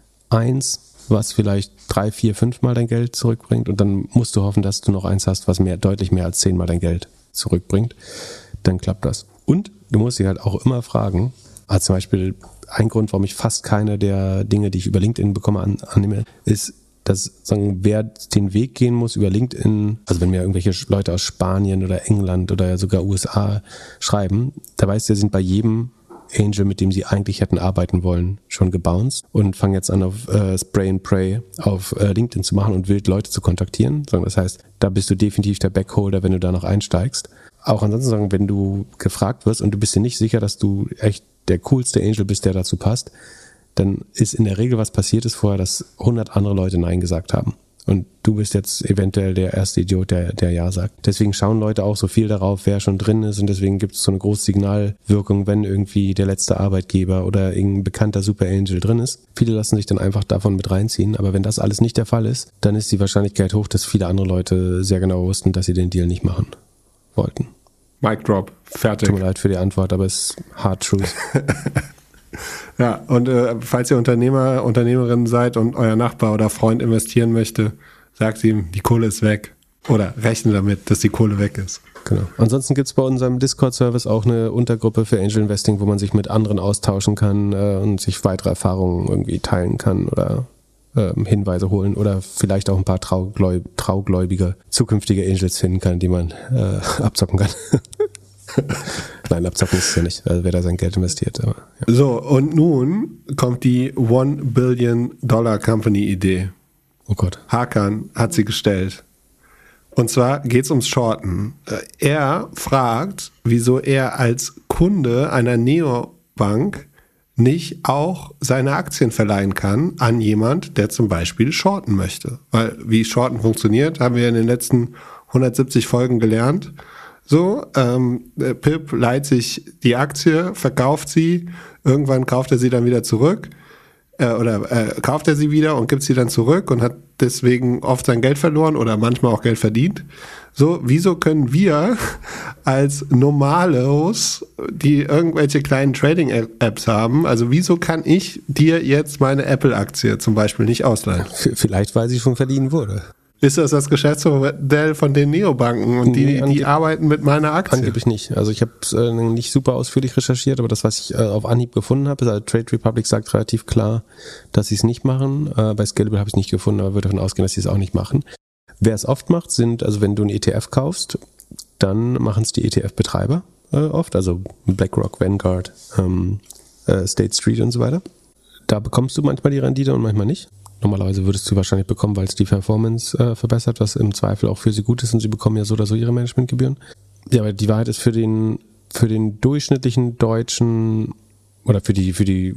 eins, was vielleicht drei, vier, fünf Mal dein Geld zurückbringt und dann musst du hoffen, dass du noch eins hast, was mehr, deutlich mehr als zehn Mal dein Geld zurückbringt. Dann klappt das. Und du musst dich halt auch immer fragen, also zum Beispiel ein Grund, warum ich fast keine der Dinge, die ich über LinkedIn bekomme, an, annehme, ist, dass sagen, wer den Weg gehen muss über LinkedIn, also wenn mir irgendwelche Leute aus Spanien oder England oder sogar U S A schreiben, da weißt du, sind bei jedem Angel, mit dem sie eigentlich hätten arbeiten wollen, schon gebounced und fangen jetzt an, auf äh, Spray and Pray auf äh, LinkedIn zu machen und wild Leute zu kontaktieren. Das heißt, da bist du definitiv der Backholder, wenn du da noch einsteigst. Auch ansonsten sagen, wenn du gefragt wirst und du bist dir nicht sicher, dass du echt der coolste Angel bist, der dazu passt, dann ist in der Regel, was passiert ist vorher, dass hundert andere Leute Nein gesagt haben. Und du bist jetzt eventuell der erste Idiot, der, der Ja sagt. Deswegen schauen Leute auch so viel darauf, wer schon drin ist. Und deswegen gibt es so eine große Signalwirkung, wenn irgendwie der letzte Arbeitgeber oder irgendein bekannter Super Angel drin ist. Viele lassen sich dann einfach davon mit reinziehen. Aber wenn das alles nicht der Fall ist, dann ist die Wahrscheinlichkeit hoch, dass viele andere Leute sehr genau wussten, dass sie den Deal nicht machen wollten. Mic drop. Fertig. Tut mir leid für die Antwort, aber es ist hard truth. Ja, und äh, falls ihr Unternehmer, Unternehmerin seid und euer Nachbar oder Freund investieren möchte, sagt ihm, die Kohle ist weg. Oder rechne damit, dass die Kohle weg ist. Genau. Ansonsten gibt es bei unserem Discord-Service auch eine Untergruppe für Angel Investing, wo man sich mit anderen austauschen kann äh, und sich weitere Erfahrungen irgendwie teilen kann oder äh, Hinweise holen oder vielleicht auch ein paar traugläub- traugläubige zukünftige Angels finden kann, die man äh, abzocken kann. Nein, abzocken ist es ja nicht, also wer da sein Geld investiert. Aber, ja. So, und nun kommt die One Billion Dollar Company Idee. Oh Gott. Hakan hat sie gestellt. Und zwar geht es ums Shorten. Er fragt, wieso er als Kunde einer Neobank nicht auch seine Aktien verleihen kann an jemand, der zum Beispiel shorten möchte. Weil wie Shorten funktioniert, haben wir in den letzten hundertsiebzig Folgen gelernt. So, ähm, Pip leiht sich die Aktie, verkauft sie, irgendwann kauft er sie dann wieder zurück äh, oder äh, kauft er sie wieder und gibt sie dann zurück und hat deswegen oft sein Geld verloren oder manchmal auch Geld verdient. So, wieso können wir als Normalos, die irgendwelche kleinen Trading-Apps haben, also wieso kann ich dir jetzt meine Apple-Aktie zum Beispiel nicht ausleihen? Vielleicht, weil sie schon verliehen wurde. Ist das das Geschäftsmodell von den Neobanken und die, nee, die arbeiten mit meiner Aktie? Angeblich nicht. Also ich habe es äh, nicht super ausführlich recherchiert, aber das, was ich äh, auf Anhieb gefunden habe, ist, also Trade Republic sagt relativ klar, dass sie es nicht machen. Äh, bei Scalable habe ich es nicht gefunden, aber würde davon ausgehen, dass sie es auch nicht machen. Wer es oft macht, sind, also wenn du einen E T F kaufst, dann machen es die E T F-Betreiber äh, oft, also BlackRock, Vanguard, ähm, äh, State Street und so weiter. Da bekommst du manchmal die Rendite und manchmal nicht. Normalerweise würdest du wahrscheinlich bekommen, weil es die Performance äh, verbessert, was im Zweifel auch für sie gut ist und sie bekommen ja so oder so ihre Managementgebühren. Ja, aber die Wahrheit ist, für den, für den durchschnittlichen deutschen oder für die, für die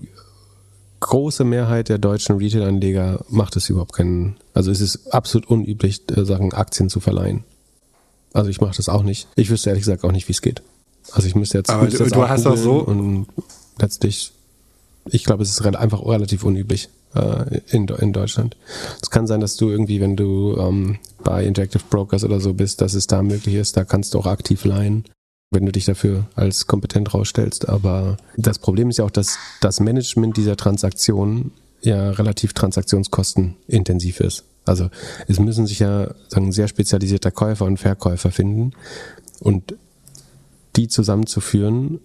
große Mehrheit der deutschen Retail-Anleger macht es überhaupt keinen, also es ist absolut unüblich, äh, Sachen Aktien zu verleihen. Also ich mache das auch nicht. Ich wüsste ehrlich gesagt auch nicht, wie es geht. Also ich müsste jetzt aber du, du hast auch so und letztlich, ich glaube, es ist einfach relativ unüblich. In, in Deutschland. Es kann sein, dass du irgendwie, wenn du ähm, bei Interactive Brokers oder so bist, dass es da möglich ist, da kannst du auch aktiv leihen, wenn du dich dafür als kompetent rausstellst. Aber das Problem ist ja auch, dass das Management dieser Transaktion ja relativ transaktionskostenintensiv ist. Also es müssen sich ja sagen, sehr spezialisierter Käufer und Verkäufer finden und die zusammenzuführen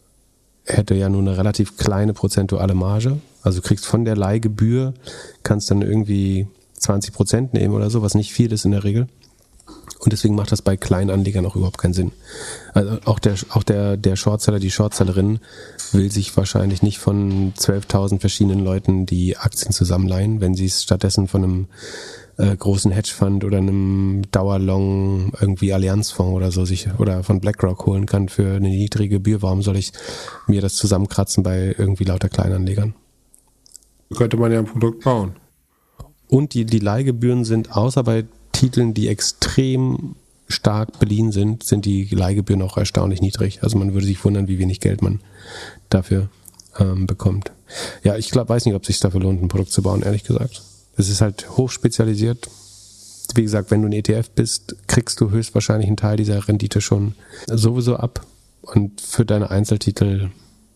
hätte ja nur eine relativ kleine prozentuale Marge. Also du kriegst von der Leihgebühr, kannst dann irgendwie zwanzig Prozent nehmen oder so, was nicht viel ist in der Regel. Und deswegen macht das bei kleinen Anlegern auch überhaupt keinen Sinn. Also auch der, auch der, der Shortseller, die Shortsellerin will sich wahrscheinlich nicht von zwölftausend verschiedenen Leuten die Aktien zusammenleihen, wenn sie es stattdessen von einem äh, großen Hedgefonds oder einem Dauerlong irgendwie Allianzfonds oder so sich oder von BlackRock holen kann für eine niedrige Gebühr. Warum soll ich mir das zusammenkratzen bei irgendwie lauter Kleinanlegern? Könnte man ja ein Produkt bauen. Und die, die Leihgebühren sind außer bei Titeln, die extrem stark beliehen sind, sind die Leihgebühren auch erstaunlich niedrig. Also man würde sich wundern, wie wenig Geld man dafür ähm, bekommt. Ja, ich glaub, weiß nicht, ob es sich dafür lohnt, ein Produkt zu bauen, ehrlich gesagt. Es ist halt hochspezialisiert. Wie gesagt, wenn du ein E T F bist, kriegst du höchstwahrscheinlich einen Teil dieser Rendite schon sowieso ab. Und für deine Einzeltitel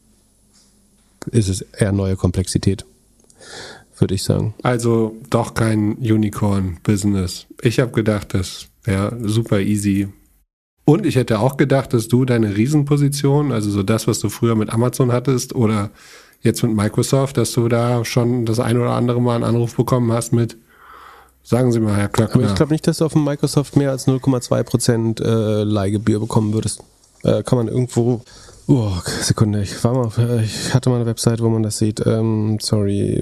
ist es eher neue Komplexität, würde ich sagen. Also doch kein Unicorn-Business. Ich habe gedacht, das wäre super easy. Und ich hätte auch gedacht, dass du deine Riesenposition, also so das, was du früher mit Amazon hattest oder jetzt mit Microsoft, dass du da schon das ein oder andere Mal einen Anruf bekommen hast mit, sagen Sie mal, Herr Klöckner. Aber ich glaube nicht, dass du auf dem Microsoft mehr als null Komma zwei Prozent äh, Leihgebühr bekommen würdest. Äh, kann man irgendwo... Oh, Sekunde, ich war mal, ich hatte mal eine Website, wo man das sieht. Ähm, sorry.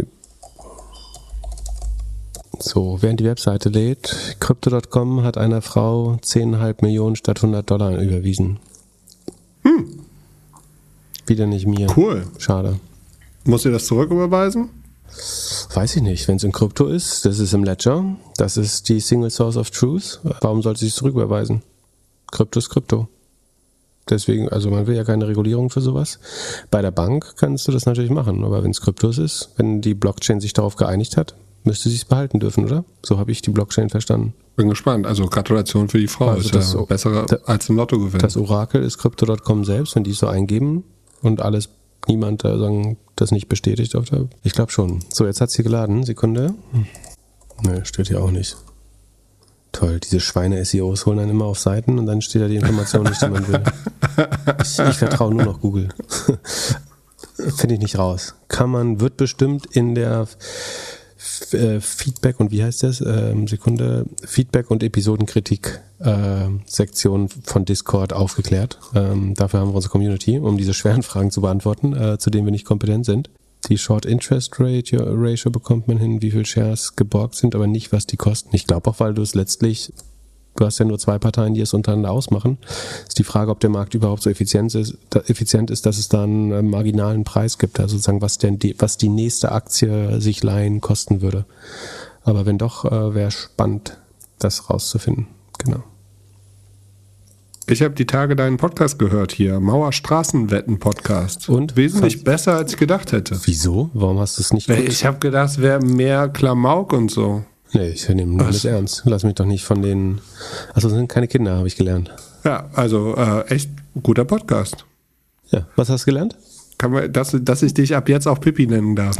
So, während die Webseite lädt, Crypto Punkt com hat einer Frau zehn Komma fünf Millionen statt hundert Dollar überwiesen. Hm. Wieder nicht mir. Cool. Schade. Muss ihr das zurücküberweisen? Weiß ich nicht. Wenn es in Krypto ist, das ist im Ledger, das ist die Single Source of Truth. Warum sollte sie es zurücküberweisen? Krypto ist Krypto. Deswegen, also man will ja keine Regulierung für sowas. Bei der Bank kannst du das natürlich machen, aber wenn es Kryptos ist, wenn die Blockchain sich darauf geeinigt hat, müsste sie es behalten dürfen, oder? So habe ich die Blockchain verstanden. Bin gespannt. Also Gratulation für die Frau. Also ist das ja besser da, als ein Lottogewinn. Das Orakel ist Crypto Punkt com selbst, wenn die es so eingeben und alles, niemand da sagen, das nicht bestätigt auf der. Ich glaube schon. So, jetzt hat sie geladen. Sekunde. Ne, steht hier auch nicht. Toll, diese Schweine-S E Os holen dann immer auf Seiten und dann steht da die Information nicht, die man will. Ich, ich vertraue nur noch Google. Finde ich nicht raus. Kann man, wird bestimmt in der F- äh, Feedback und wie heißt das? Ähm, Sekunde. Feedback und Episodenkritik äh, Sektion von Discord aufgeklärt. Ähm, dafür haben wir unsere Community, um diese schweren Fragen zu beantworten, äh, zu denen wir nicht kompetent sind. Die Short Interest Ratio, Ratio bekommt man hin, wie viel Shares geborgt sind, aber nicht, was die kosten. Ich glaube auch, weil du es letztlich, du hast ja nur zwei Parteien, die es untereinander ausmachen, ist die Frage, ob der Markt überhaupt so effizient ist, effizient ist, dass es da einen äh, marginalen Preis gibt, also sozusagen, was, denn die, was die nächste Aktie sich leihen kosten würde. Aber wenn doch, äh, wäre spannend, das rauszufinden. Genau. Ich habe die Tage deinen Podcast gehört hier, Mauer-Straßenwetten-Podcast. Und? Wesentlich besser, als ich gedacht hätte. Wieso? Warum hast du es nicht Ich habe gedacht, es wäre mehr Klamauk und so. Nee, ich nehme das ernst. Lass mich doch nicht von den... Achso, das sind keine Kinder, habe ich gelernt. Ja, also äh, echt guter Podcast. Ja, was hast du gelernt? Kann man, dass, dass ich dich ab jetzt auch Pippi nennen darf.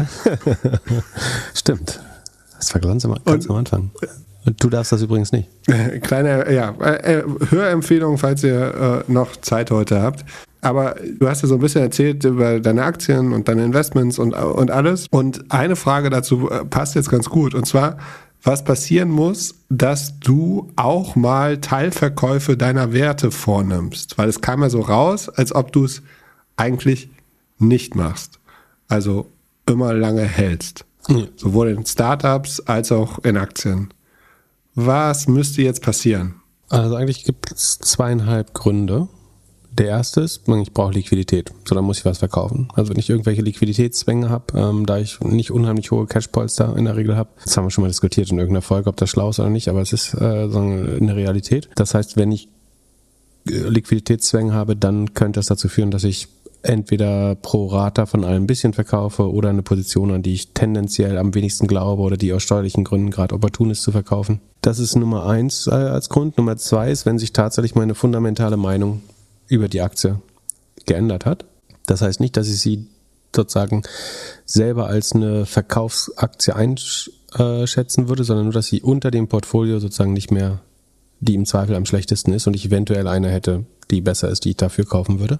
Stimmt. Das war ganz am, ganz am Anfang. Und du darfst das übrigens nicht. Kleine, ja, äh, Hörempfehlung, falls ihr äh, noch Zeit heute habt. Aber du hast ja so ein bisschen erzählt über deine Aktien und deine Investments und, und alles. Und eine Frage dazu passt jetzt ganz gut. Und zwar, was passieren muss, dass du auch mal Teilverkäufe deiner Werte vornimmst. Weil es kam ja so raus, als ob du es eigentlich nicht machst. Also immer lange hältst. Mhm. Sowohl in Startups als auch in Aktien. Was müsste jetzt passieren? Also eigentlich gibt es zweieinhalb Gründe. Der erste ist, ich brauche Liquidität, so dann muss ich was verkaufen. Also wenn ich irgendwelche Liquiditätszwänge habe, ähm, da ich nicht unheimlich hohe Cashpolster in der Regel habe, das haben wir schon mal diskutiert in irgendeiner Folge, ob das schlau ist oder nicht, aber es ist äh, so eine Realität. Das heißt, wenn ich Liquiditätszwänge habe, dann könnte das dazu führen, dass ich entweder pro Rata von allem ein bisschen verkaufe oder eine Position, an die ich tendenziell am wenigsten glaube oder die aus steuerlichen Gründen gerade opportun ist zu verkaufen. Das ist Nummer eins äh, als Grund. Nummer zwei ist, wenn sich tatsächlich meine fundamentale Meinung über die Aktie geändert hat. Das heißt nicht, dass ich sie sozusagen selber als eine Verkaufsaktie einschätzen würde, sondern nur, dass sie unter dem Portfolio sozusagen nicht mehr die im Zweifel am schlechtesten ist und ich eventuell eine hätte, die besser ist, die ich dafür kaufen würde.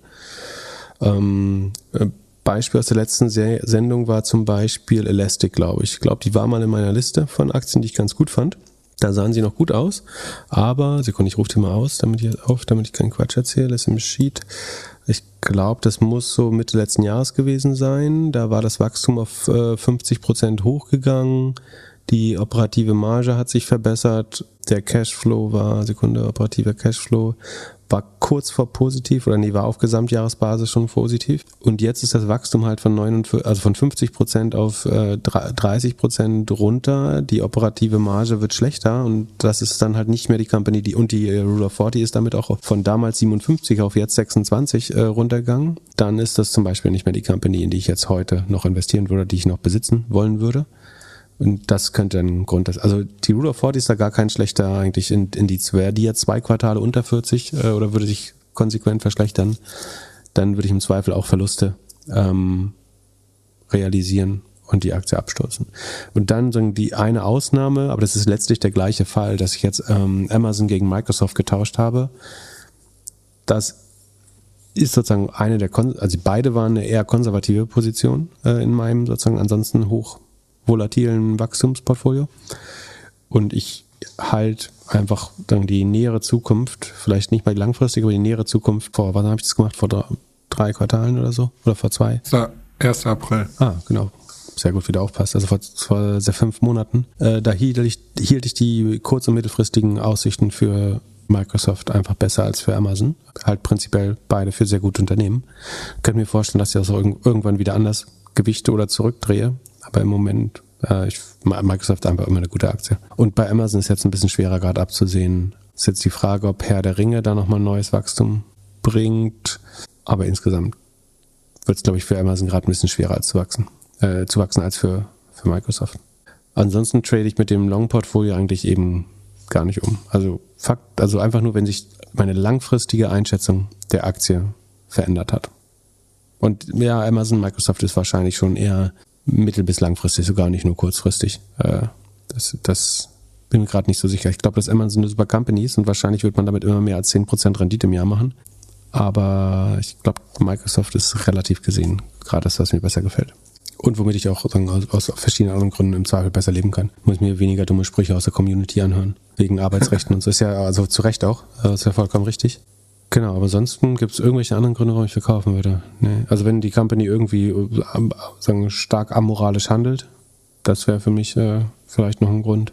Ähm, Beispiel aus der letzten Se- Sendung war zum Beispiel Elastic, glaube ich. Ich glaube, die war mal in meiner Liste von Aktien, die ich ganz gut fand. Da sahen sie noch gut aus, aber, Sekunde, ich rufe die mal aus, damit ich auf, damit ich keinen Quatsch erzähle, ist im Sheet. Ich glaube, das muss so Mitte letzten Jahres gewesen sein. Da war das Wachstum auf äh, fünfzig Prozent hochgegangen. Die operative Marge hat sich verbessert. Der Cashflow war, Sekunde, operativer Cashflow war kurz vor positiv oder nee, war auf Gesamtjahresbasis schon positiv. Und jetzt ist das Wachstum halt von neunundvierzig, also von fünfzig Prozent auf äh, dreißig Prozent runter. Die operative Marge wird schlechter und das ist dann halt nicht mehr die Company, die und die äh, Rule of vierzig ist damit auch von damals siebenundfünfzig auf jetzt sechsundzwanzig äh, runtergegangen. Dann ist das zum Beispiel nicht mehr die Company, in die ich jetzt heute noch investieren würde, die ich noch besitzen wollen würde. Und das könnte ein Grund sein. Also die Rule of vierzig ist da gar kein schlechter eigentlich Indiz. Wäre die jetzt zwei Quartale unter vierzig äh, oder würde sich konsequent verschlechtern, dann würde ich im Zweifel auch Verluste ähm, realisieren und die Aktie abstürzen. Und dann sagen die eine Ausnahme, aber das ist letztlich der gleiche Fall, dass ich jetzt ähm, Amazon gegen Microsoft getauscht habe. Das ist sozusagen eine der, Kon- also beide waren eine eher konservative Position äh, in meinem sozusagen ansonsten hoch volatilen Wachstumsportfolio. Und ich halt einfach dann die nähere Zukunft, vielleicht nicht mal die langfristige, aber die nähere Zukunft vor, wann habe ich das gemacht? Vor drei, drei Quartalen oder so? Oder vor zwei? erster April. Ah, genau. Sehr gut, wie du aufpasst. Also vor, vor sehr fünf Monaten. Äh, da hielt ich, hielt ich die kurz- und mittelfristigen Aussichten für Microsoft einfach besser als für Amazon. Halt prinzipiell beide für sehr gute Unternehmen. Ich könnte mir vorstellen, dass ich das auch irgendwann wieder anders gewichte oder zurückdrehe. Aber im Moment Äh, ich, Microsoft einfach immer eine gute Aktie. Und bei Amazon ist jetzt ein bisschen schwerer gerade abzusehen. Ist jetzt die Frage, ob Herr der Ringe da nochmal neues Wachstum bringt. Aber insgesamt wird es, glaube ich, für Amazon gerade ein bisschen schwerer als zu wachsen, äh, zu wachsen als für, für Microsoft. Ansonsten trade ich mit dem Long-Portfolio eigentlich eben gar nicht um. Also Fakt, also einfach nur, wenn sich meine langfristige Einschätzung der Aktie verändert hat. Und ja, Amazon, Microsoft ist wahrscheinlich schon eher mittel- bis langfristig, sogar nicht nur kurzfristig. Äh, das, das bin mir gerade nicht so sicher. Ich glaube, dass Amazon eine super Company ist und wahrscheinlich wird man damit immer mehr als zehn Prozent Rendite im Jahr machen. Aber ich glaube, Microsoft ist relativ gesehen gerade das, was mir besser gefällt. Und womit ich auch sagen, aus, aus verschiedenen anderen Gründen im Zweifel besser leben kann. Muss mir weniger dumme Sprüche aus der Community anhören. Wegen Arbeitsrechten und so. Ist ja also zu Recht auch. Das ist ja vollkommen richtig. Genau, aber ansonsten gibt es irgendwelche anderen Gründe, warum ich verkaufen würde. Nee. Also wenn die Company irgendwie sagen, stark amoralisch handelt, das wäre für mich äh, vielleicht noch ein Grund.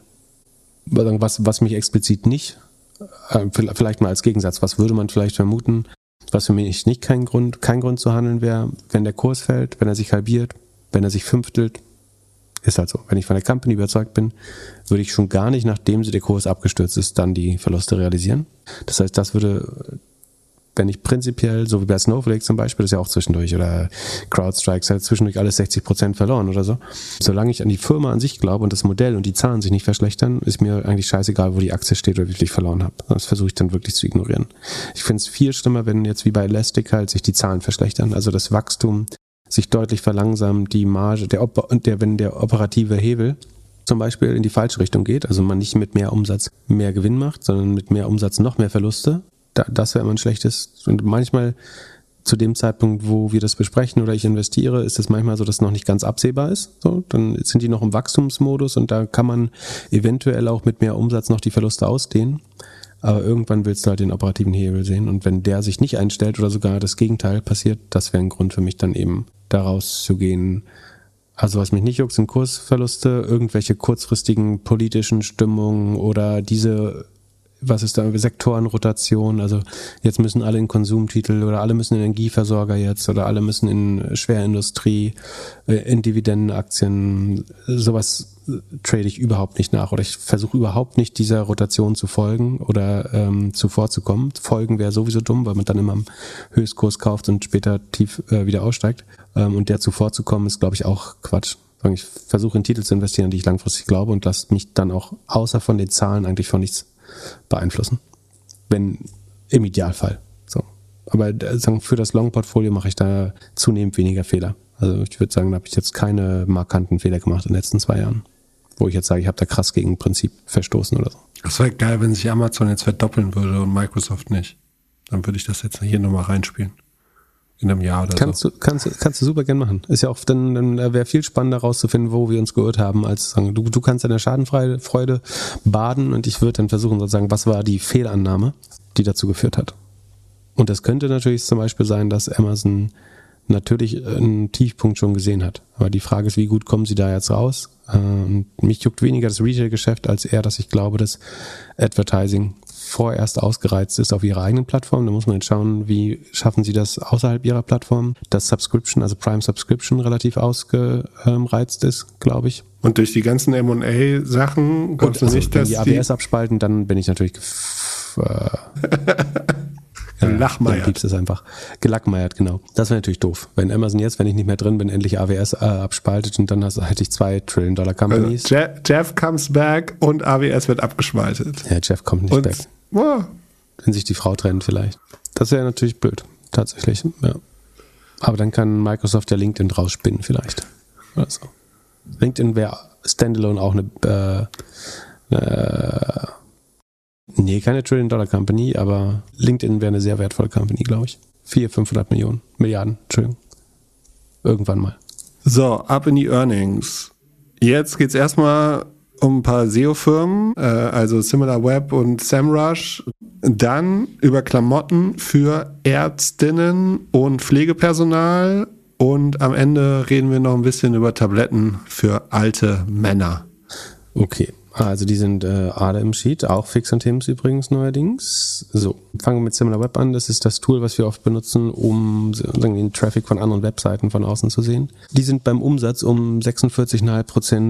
Was, was mich explizit nicht, äh, vielleicht mal als Gegensatz, was würde man vielleicht vermuten, was für mich nicht kein Grund, kein Grund zu handeln wäre, wenn der Kurs fällt, wenn er sich halbiert, wenn er sich fünftelt, ist halt so. Wenn ich von der Company überzeugt bin, würde ich schon gar nicht, nachdem der Kurs abgestürzt ist, dann die Verluste realisieren. Das heißt, das würde, wenn ich prinzipiell, so wie bei Snowflake zum Beispiel, das ist ja auch zwischendurch, oder CrowdStrike, hat zwischendurch alles sechzig Prozent verloren oder so. Solange ich an die Firma an sich glaube und das Modell und die Zahlen sich nicht verschlechtern, ist mir eigentlich scheißegal, wo die Aktie steht oder wie viel ich verloren habe. Das versuche ich dann wirklich zu ignorieren. Ich finde es viel schlimmer, wenn jetzt wie bei Elastic halt sich die Zahlen verschlechtern, also das Wachstum sich deutlich verlangsamt, die Marge, der, der wenn der operative Hebel zum Beispiel in die falsche Richtung geht, also man nicht mit mehr Umsatz mehr Gewinn macht, sondern mit mehr Umsatz noch mehr Verluste, da, das wäre immer ein schlechtes. Und manchmal zu dem Zeitpunkt, wo wir das besprechen oder ich investiere, ist es manchmal so, dass es noch nicht ganz absehbar ist. So, dann sind die noch im Wachstumsmodus und da kann man eventuell auch mit mehr Umsatz noch die Verluste ausdehnen. Aber irgendwann willst du halt den operativen Hebel sehen. Und wenn der sich nicht einstellt oder sogar das Gegenteil passiert, das wäre ein Grund für mich dann eben daraus zu gehen. Also was mich nicht juckt, sind Kursverluste, irgendwelche kurzfristigen politischen Stimmungen oder diese, was ist da, Sektorenrotation. Also jetzt müssen alle in Konsumtitel oder alle müssen in Energieversorger jetzt oder alle müssen in Schwerindustrie, in Dividendenaktien. Sowas trade ich überhaupt nicht nach oder ich versuche überhaupt nicht dieser Rotation zu folgen oder ähm, zuvorzukommen. Folgen wäre sowieso dumm, weil man dann immer am Höchstkurs kauft und später tief äh, wieder aussteigt. Ähm, und der zuvorzukommen ist, glaube ich, auch Quatsch. Ich versuche in Titel zu investieren, die ich langfristig glaube und lasse mich dann auch außer von den Zahlen eigentlich von nichts beeinflussen. Wenn, im Idealfall. So. Aber äh, sagen, für das Long-Portfolio mache ich da zunehmend weniger Fehler. Also ich würde sagen, da habe ich jetzt keine markanten Fehler gemacht in den letzten zwei Jahren. Wo ich jetzt sage, ich habe da krass gegen Prinzip verstoßen oder so. Das wäre geil, wenn sich Amazon jetzt verdoppeln würde und Microsoft nicht. Dann würde ich das jetzt hier nochmal reinspielen. In einem Jahr oder kannst so. Du, kannst, kannst du super gern machen. Ist ja auch, dann, dann wäre viel spannender rauszufinden, wo wir uns geirrt haben, als sagen, du, du kannst in der Schadenfreude baden und ich würde dann versuchen sozusagen, was war die Fehlannahme, die dazu geführt hat. Und das könnte natürlich zum Beispiel sein, dass Amazon natürlich einen Tiefpunkt schon gesehen hat. Aber die Frage ist, wie gut kommen sie da jetzt raus? Und mich juckt weniger das Retail-Geschäft als eher, dass ich glaube, dass Advertising vorerst ausgereizt ist auf ihrer eigenen Plattform. Da muss man jetzt schauen, wie schaffen sie das außerhalb ihrer Plattform. Dass Subscription, also Prime Subscription relativ ausgereizt ist, glaube ich. Und durch die ganzen M und A-Sachen kommst du also, nicht, wenn dass die A W S abspalten, dann bin ich natürlich gef- äh, Lachmeiert. Liebst es einfach. Gelackmeiert, genau. Das wäre natürlich doof. Wenn Amazon jetzt, wenn ich nicht mehr drin bin, endlich A W S äh, abspaltet und dann hast, hätte ich zwei Trillion Dollar Companies. Also Jeff, Jeff comes back und A W S wird abgespaltet. Ja, Jeff kommt nicht und, back. Oh. Wenn sich die Frau trennt vielleicht. Das wäre natürlich blöd. Tatsächlich, ja. Aber dann kann Microsoft ja LinkedIn draus spinnen vielleicht. Oder so. LinkedIn wäre standalone auch eine äh, äh, nee, keine Trillion-Dollar-Company, aber LinkedIn wäre eine sehr wertvolle Company, glaube ich. vierhundert, fünfhundert Millionen, Milliarden, Entschuldigung. Irgendwann mal. So, ab in die Earnings. Jetzt geht's erstmal um ein paar S E O-Firmen, äh, also SimilarWeb und SEMrush. Dann über Klamotten für Ärztinnen und Pflegepersonal. Und am Ende reden wir noch ein bisschen über Tabletten für alte Männer. Okay. Also die sind äh, alle im Sheet, auch Fix und Teams übrigens neuerdings. So, fangen wir mit SimilarWeb an. Das ist das Tool, was wir oft benutzen, um den Traffic von anderen Webseiten von außen zu sehen. Die sind beim Umsatz um sechsundvierzig Komma fünf Prozent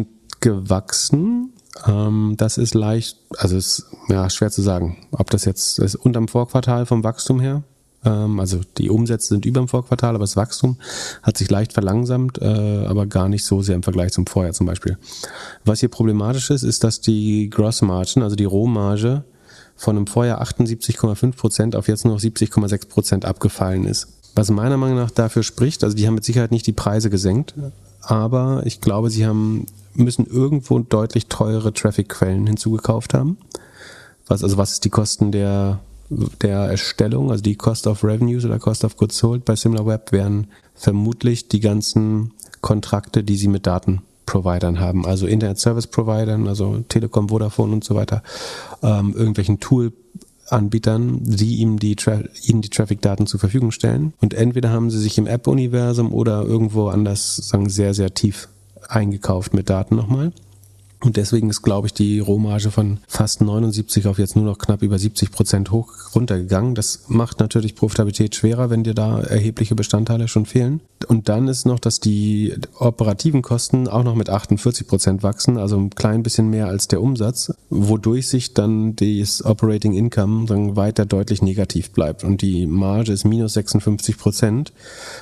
gewachsen. Ähm, das ist leicht, also ist ja schwer zu sagen, ob das jetzt ist unterm Vorquartal vom Wachstum her. Ähm, also die Umsätze sind über dem Vorquartal, aber das Wachstum hat sich leicht verlangsamt, äh, aber gar nicht so sehr im Vergleich zum Vorjahr zum Beispiel. Was hier problematisch ist, ist, dass die Gross Margin, also die Rohmarge, von im Vorjahr achtundsiebzig Komma fünf Prozent auf jetzt nur noch siebzig Komma sechs Prozent abgefallen ist. Was meiner Meinung nach dafür spricht, also die haben mit Sicherheit nicht die Preise gesenkt, aber ich glaube, sie haben, müssen irgendwo deutlich teure Traffic-Quellen hinzugekauft haben. Was, also was ist die Kosten der, der Erstellung, also die Cost of Revenues oder Cost of Goods Sold bei SimilarWeb wären vermutlich die ganzen Kontrakte, die sie mit Datenprovidern haben, also Internet-Service-Providern, also Telekom, Vodafone und so weiter, ähm, irgendwelchen Tool-Anbietern, die ihm die, Tra- ihnen die Traffic-Daten zur Verfügung stellen. Und entweder haben sie sich im App-Universum oder irgendwo anders, sagen, sehr, sehr tief eingekauft mit Daten nochmal. Und deswegen ist, glaube ich, die Rohmarge von fast neunundsiebzig auf jetzt nur noch knapp über siebzig Prozent hoch runtergegangen. Das macht natürlich Profitabilität schwerer, wenn dir da erhebliche Bestandteile schon fehlen. Und dann ist noch, dass die operativen Kosten auch noch mit achtundvierzig Prozent wachsen, also ein klein bisschen mehr als der Umsatz, wodurch sich dann das Operating Income dann weiter deutlich negativ bleibt. Und die Marge ist minus sechsundfünfzig Prozent.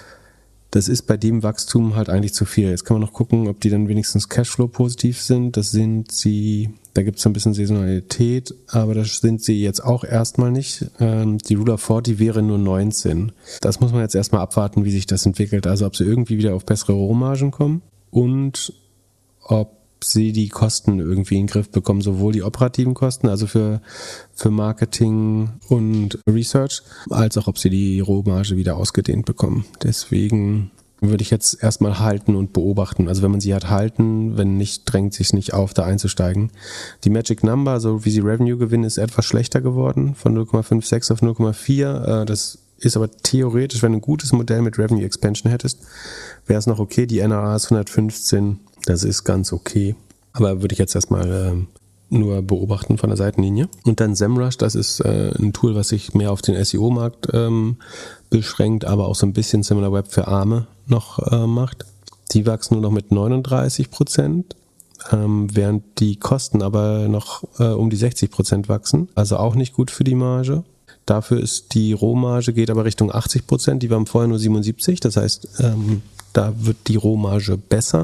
Das ist bei dem Wachstum halt eigentlich zu viel. Jetzt kann man noch gucken, ob die dann wenigstens Cashflow positiv sind. Das sind sie, da gibt es so ein bisschen Saisonalität, aber das sind sie jetzt auch erstmal nicht. Ähm, die Rule of vierzig wäre nur neunzehn. Das muss man jetzt erstmal abwarten, wie sich das entwickelt. Also ob sie irgendwie wieder auf bessere Rohmargen kommen und ob sie die Kosten irgendwie in den Griff bekommen, sowohl die operativen Kosten, also für, für Marketing und Research, als auch ob sie die Rohmarge wieder ausgedehnt bekommen. Deswegen würde ich jetzt erstmal halten und beobachten. Also wenn man sie hat, halten, wenn nicht, drängt sich nicht auf, da einzusteigen. Die Magic Number, also wie sie Revenue gewinnen, ist etwas schlechter geworden, von null Komma sechsundfünfzig auf null Komma vier. Das ist aber theoretisch, wenn du ein gutes Modell mit Revenue Expansion hättest, wäre es noch okay. Die N R A ist hundertfünfzehn. Das ist ganz okay, aber würde ich jetzt erstmal äh, nur beobachten von der Seitenlinie. Und dann SEMrush, das ist äh, ein Tool, was sich mehr auf den S E O-Markt ähm, beschränkt, aber auch so ein bisschen SimilarWeb für Arme noch äh, macht. Die wachsen nur noch mit neununddreißig Prozent, ähm, während die Kosten aber noch äh, um die sechzig Prozent wachsen, also auch nicht gut für die Marge. Dafür ist die Rohmarge, geht aber Richtung achtzig Prozent, die waren vorher nur siebenundsiebzig, das heißt, ähm, da wird die Rohmarge besser.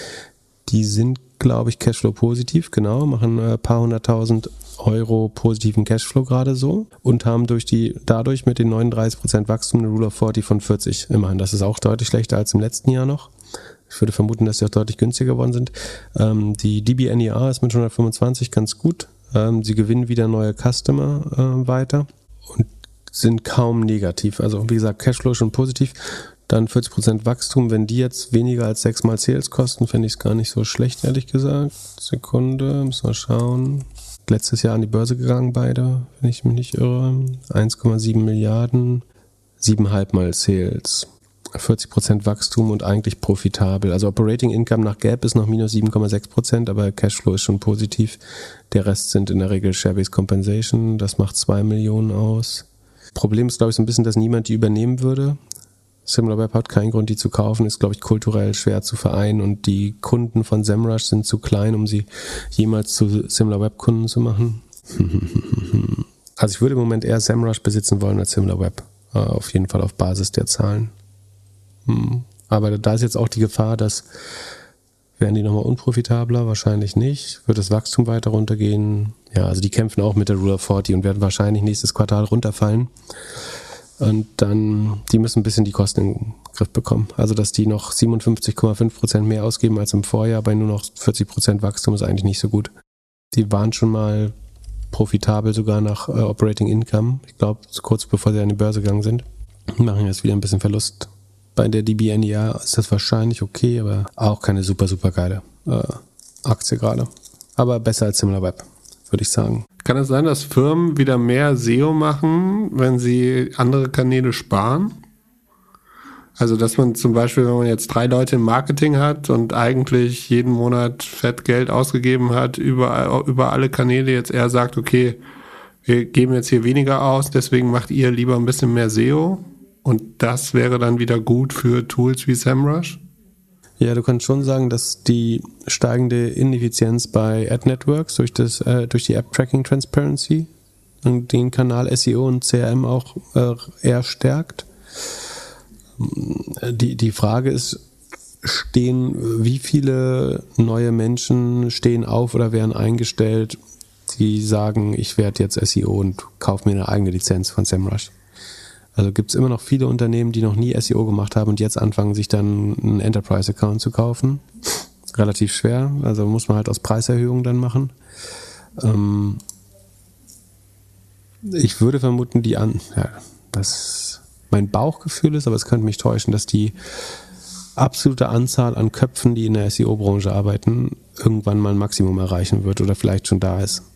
Die sind, glaube ich, Cashflow positiv, genau, machen ein paar hunderttausend Euro positiven Cashflow gerade so und haben durch die, dadurch mit den neununddreißig Prozent Wachstum eine Rule of vierzig von vierzig immerhin. Das ist auch deutlich schlechter als im letzten Jahr noch. Ich würde vermuten, dass die auch deutlich günstiger geworden sind. Ähm, die D B N E R ist mit hundertfünfundzwanzig ganz gut. Ähm, sie gewinnen wieder neue Customer äh, weiter und sind kaum negativ. Also wie gesagt, Cashflow schon positiv. Dann vierzig Prozent Wachstum. Wenn die jetzt weniger als sechsmal Sales kosten, fände ich es gar nicht so schlecht, ehrlich gesagt. Sekunde, müssen wir schauen. Letztes Jahr an die Börse gegangen beide, wenn ich mich nicht irre. eins Komma sieben Milliarden, siebeneinhalb Mal Sales. vierzig Prozent Wachstum und eigentlich profitabel. Also Operating Income nach Gap ist noch minus sieben Komma sechs Prozent, aber Cashflow ist schon positiv. Der Rest sind in der Regel Share-Based Compensation. Das macht zwei Millionen aus. Problem ist, glaube ich, so ein bisschen, dass niemand die übernehmen würde. SimilarWeb hat keinen Grund, die zu kaufen, ist, glaube ich, kulturell schwer zu vereinen und die Kunden von SEMrush sind zu klein, um sie jemals zu SimilarWeb-Kunden zu machen. Also ich würde im Moment eher SEMrush besitzen wollen als SimilarWeb. Auf jeden Fall auf Basis der Zahlen. Aber da ist jetzt auch die Gefahr, dass werden die nochmal unprofitabler? Wahrscheinlich nicht. Wird das Wachstum weiter runtergehen? Ja, also die kämpfen auch mit der Rule of vierzig und werden wahrscheinlich nächstes Quartal runterfallen. Und dann, die müssen ein bisschen die Kosten in den Griff bekommen. Also, dass die noch siebenundfünfzig Komma fünf Prozent mehr ausgeben als im Vorjahr, bei nur noch vierzig Prozent Wachstum ist eigentlich nicht so gut. Die waren schon mal profitabel sogar nach äh, Operating Income. Ich glaube, kurz bevor sie an die Börse gegangen sind. Machen jetzt wieder ein bisschen Verlust. Bei der D B N E R ist das wahrscheinlich okay, aber auch keine super, super geile äh, Aktie gerade. Aber besser als SimilarWeb, würde ich sagen. Kann es sein, dass Firmen wieder mehr S E O machen, wenn sie andere Kanäle sparen? Also, dass man zum Beispiel, wenn man jetzt drei Leute im Marketing hat und eigentlich jeden Monat fett Geld ausgegeben hat, über, über alle Kanäle jetzt eher sagt, okay, wir geben jetzt hier weniger aus, deswegen macht ihr lieber ein bisschen mehr S E O und das wäre dann wieder gut für Tools wie SEMrush? Ja, du kannst schon sagen, dass die steigende Ineffizienz bei Ad-Networks durch, das, äh, durch die App-Tracking Transparency und den Kanal S E O und C R M auch äh, eher stärkt. Die, die Frage ist, stehen, wie viele neue Menschen stehen auf oder werden eingestellt, die sagen, ich werde jetzt S E O und kaufe mir eine eigene Lizenz von SEMrush. Also gibt es immer noch viele Unternehmen, die noch nie S E O gemacht haben und jetzt anfangen, sich dann einen Enterprise-Account zu kaufen. Relativ schwer, also muss man halt aus Preiserhöhungen dann machen. Ähm ich würde vermuten, die an, ja, das mein Bauchgefühl ist, aber es könnte mich täuschen, dass die absolute Anzahl an Köpfen, die in der S E O-Branche arbeiten, irgendwann mal ein Maximum erreichen wird oder vielleicht schon da ist.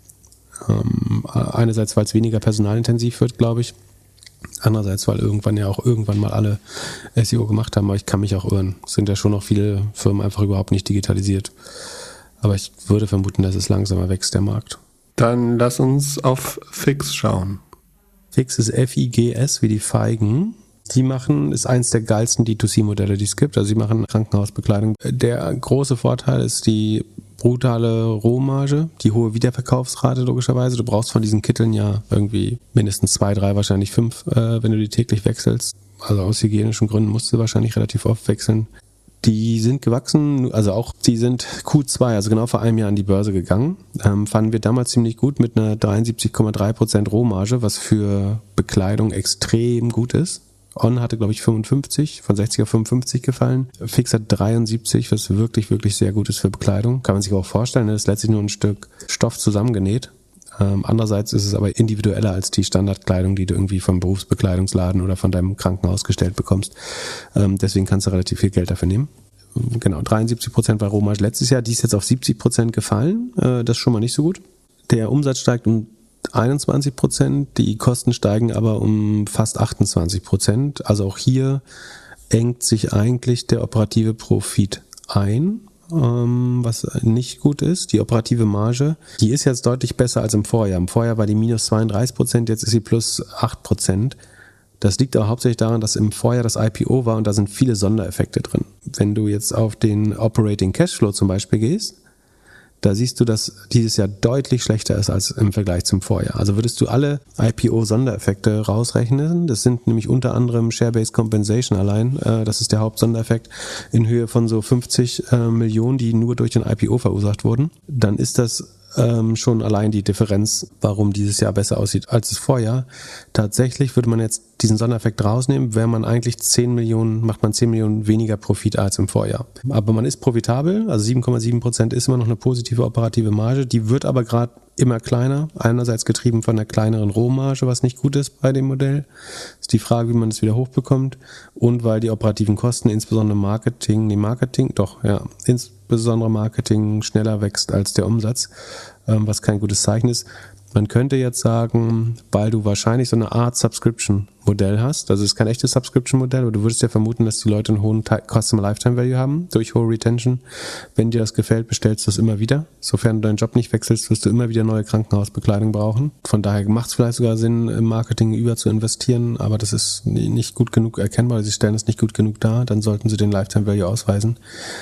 Ähm, einerseits, weil es weniger personalintensiv wird, glaube ich. Andererseits, weil irgendwann ja auch irgendwann mal alle S E O gemacht haben, aber ich kann mich auch irren. Es sind ja schon noch viele Firmen einfach überhaupt nicht digitalisiert. Aber ich würde vermuten, dass es langsamer wächst, der Markt. Dann lass uns auf Fix schauen. Fix ist F I G S wie die Feigen. Die machen, ist eins der geilsten D zwei C-Modelle, die es gibt. Also sie machen Krankenhausbekleidung. Der große Vorteil ist die brutale Rohmarge, die hohe Wiederverkaufsrate logischerweise. Du brauchst von diesen Kitteln ja irgendwie mindestens zwei, drei, wahrscheinlich fünf, äh, wenn du die täglich wechselst. Also aus hygienischen Gründen musst du wahrscheinlich relativ oft wechseln. Die sind gewachsen, also auch die sind Q zwei, also genau vor einem Jahr an die Börse gegangen. Ähm, fanden wir damals ziemlich gut mit einer dreiundsiebzig Komma drei Prozent Rohmarge, was für Bekleidung extrem gut ist. On hatte, glaube ich, fünfundfünfzig, von sechzig auf fünfundfünfzig gefallen. Fix hat dreiundsiebzig, was wirklich, wirklich sehr gut ist für Bekleidung. Kann man sich aber auch vorstellen, das ist letztlich nur ein Stück Stoff zusammengenäht. Ähm, andererseits ist es aber individueller als die Standardkleidung, die du irgendwie vom Berufsbekleidungsladen oder von deinem Krankenhaus gestellt bekommst. Ähm, deswegen kannst du relativ viel Geld dafür nehmen. Genau, dreiundsiebzig Prozent war Rohmarge letztes Jahr, die ist jetzt auf siebzig Prozent gefallen. Äh, das ist schon mal nicht so gut. Der Umsatz steigt um einundzwanzig Prozent, die Kosten steigen aber um fast achtundzwanzig Prozent. Also auch hier engt sich eigentlich der operative Profit ein, ähm, was nicht gut ist. Die operative Marge, die ist jetzt deutlich besser als im Vorjahr. Im Vorjahr war die minus zweiunddreißig Prozent, jetzt ist sie plus acht Prozent. Das liegt aber hauptsächlich daran, dass im Vorjahr das I P O war und da sind viele Sondereffekte drin. Wenn du jetzt auf den Operating Cashflow zum Beispiel gehst, da siehst du, dass dieses Jahr deutlich schlechter ist als im Vergleich zum Vorjahr. Also würdest du alle I P O-Sondereffekte rausrechnen, das sind nämlich unter anderem Share-Based Compensation allein, äh, das ist der Hauptsondereffekt in Höhe von so fünfzig äh, Millionen, die nur durch den I P O verursacht wurden, dann ist das ähm, schon allein die Differenz, warum dieses Jahr besser aussieht als das Vorjahr. Tatsächlich würde man jetzt diesen Sondereffekt rausnehmen, wäre man eigentlich zehn Millionen, macht man zehn Millionen weniger Profit als im Vorjahr. Aber man ist profitabel, also sieben Komma sieben Prozent ist immer noch eine positive operative Marge, die wird aber gerade immer kleiner, einerseits getrieben von der kleineren Rohmarge, was nicht gut ist bei dem Modell. Ist die Frage, wie man das wieder hochbekommt und weil die operativen Kosten, insbesondere Marketing, nee Marketing, doch, ja, insbesondere Marketing schneller wächst als der Umsatz, ähm, was kein gutes Zeichen ist. Man könnte jetzt sagen, weil du wahrscheinlich so eine Art Subscription-Modell hast, also es ist kein echtes Subscription-Modell, aber du würdest ja vermuten, dass die Leute einen hohen Customer Lifetime Value haben, durch hohe Retention. Wenn dir das gefällt, bestellst du es immer wieder. Sofern du deinen Job nicht wechselst, wirst du immer wieder neue Krankenhausbekleidung brauchen. Von daher macht es vielleicht sogar Sinn, im Marketing über zu investieren, aber das ist nicht gut genug erkennbar, sie stellen es nicht gut genug dar, dann sollten sie den Lifetime Value ausweisen.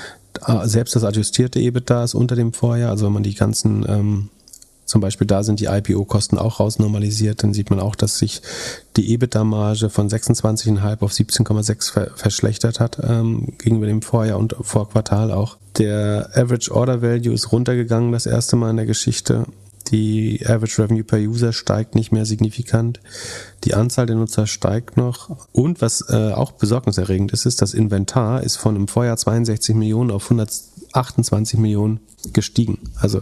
Selbst das adjustierte EBITDA ist unter dem Vorjahr, also wenn man die ganzen ähm, zum Beispiel da sind die I P O-Kosten auch rausnormalisiert, dann sieht man auch, dass sich die EBITDA-Marge von sechsundzwanzig Komma fünf auf siebzehn Komma sechs ver- verschlechtert hat ähm, gegenüber dem Vorjahr und vor Quartal auch. Der Average Order Value ist runtergegangen das erste Mal in der Geschichte. Die Average Revenue per User steigt nicht mehr signifikant. Die Anzahl der Nutzer steigt noch. Und was äh, auch besorgniserregend ist, ist, das Inventar ist von im Vorjahr zweiundsechzig Millionen auf hundertachtundzwanzig Millionen gestiegen. Also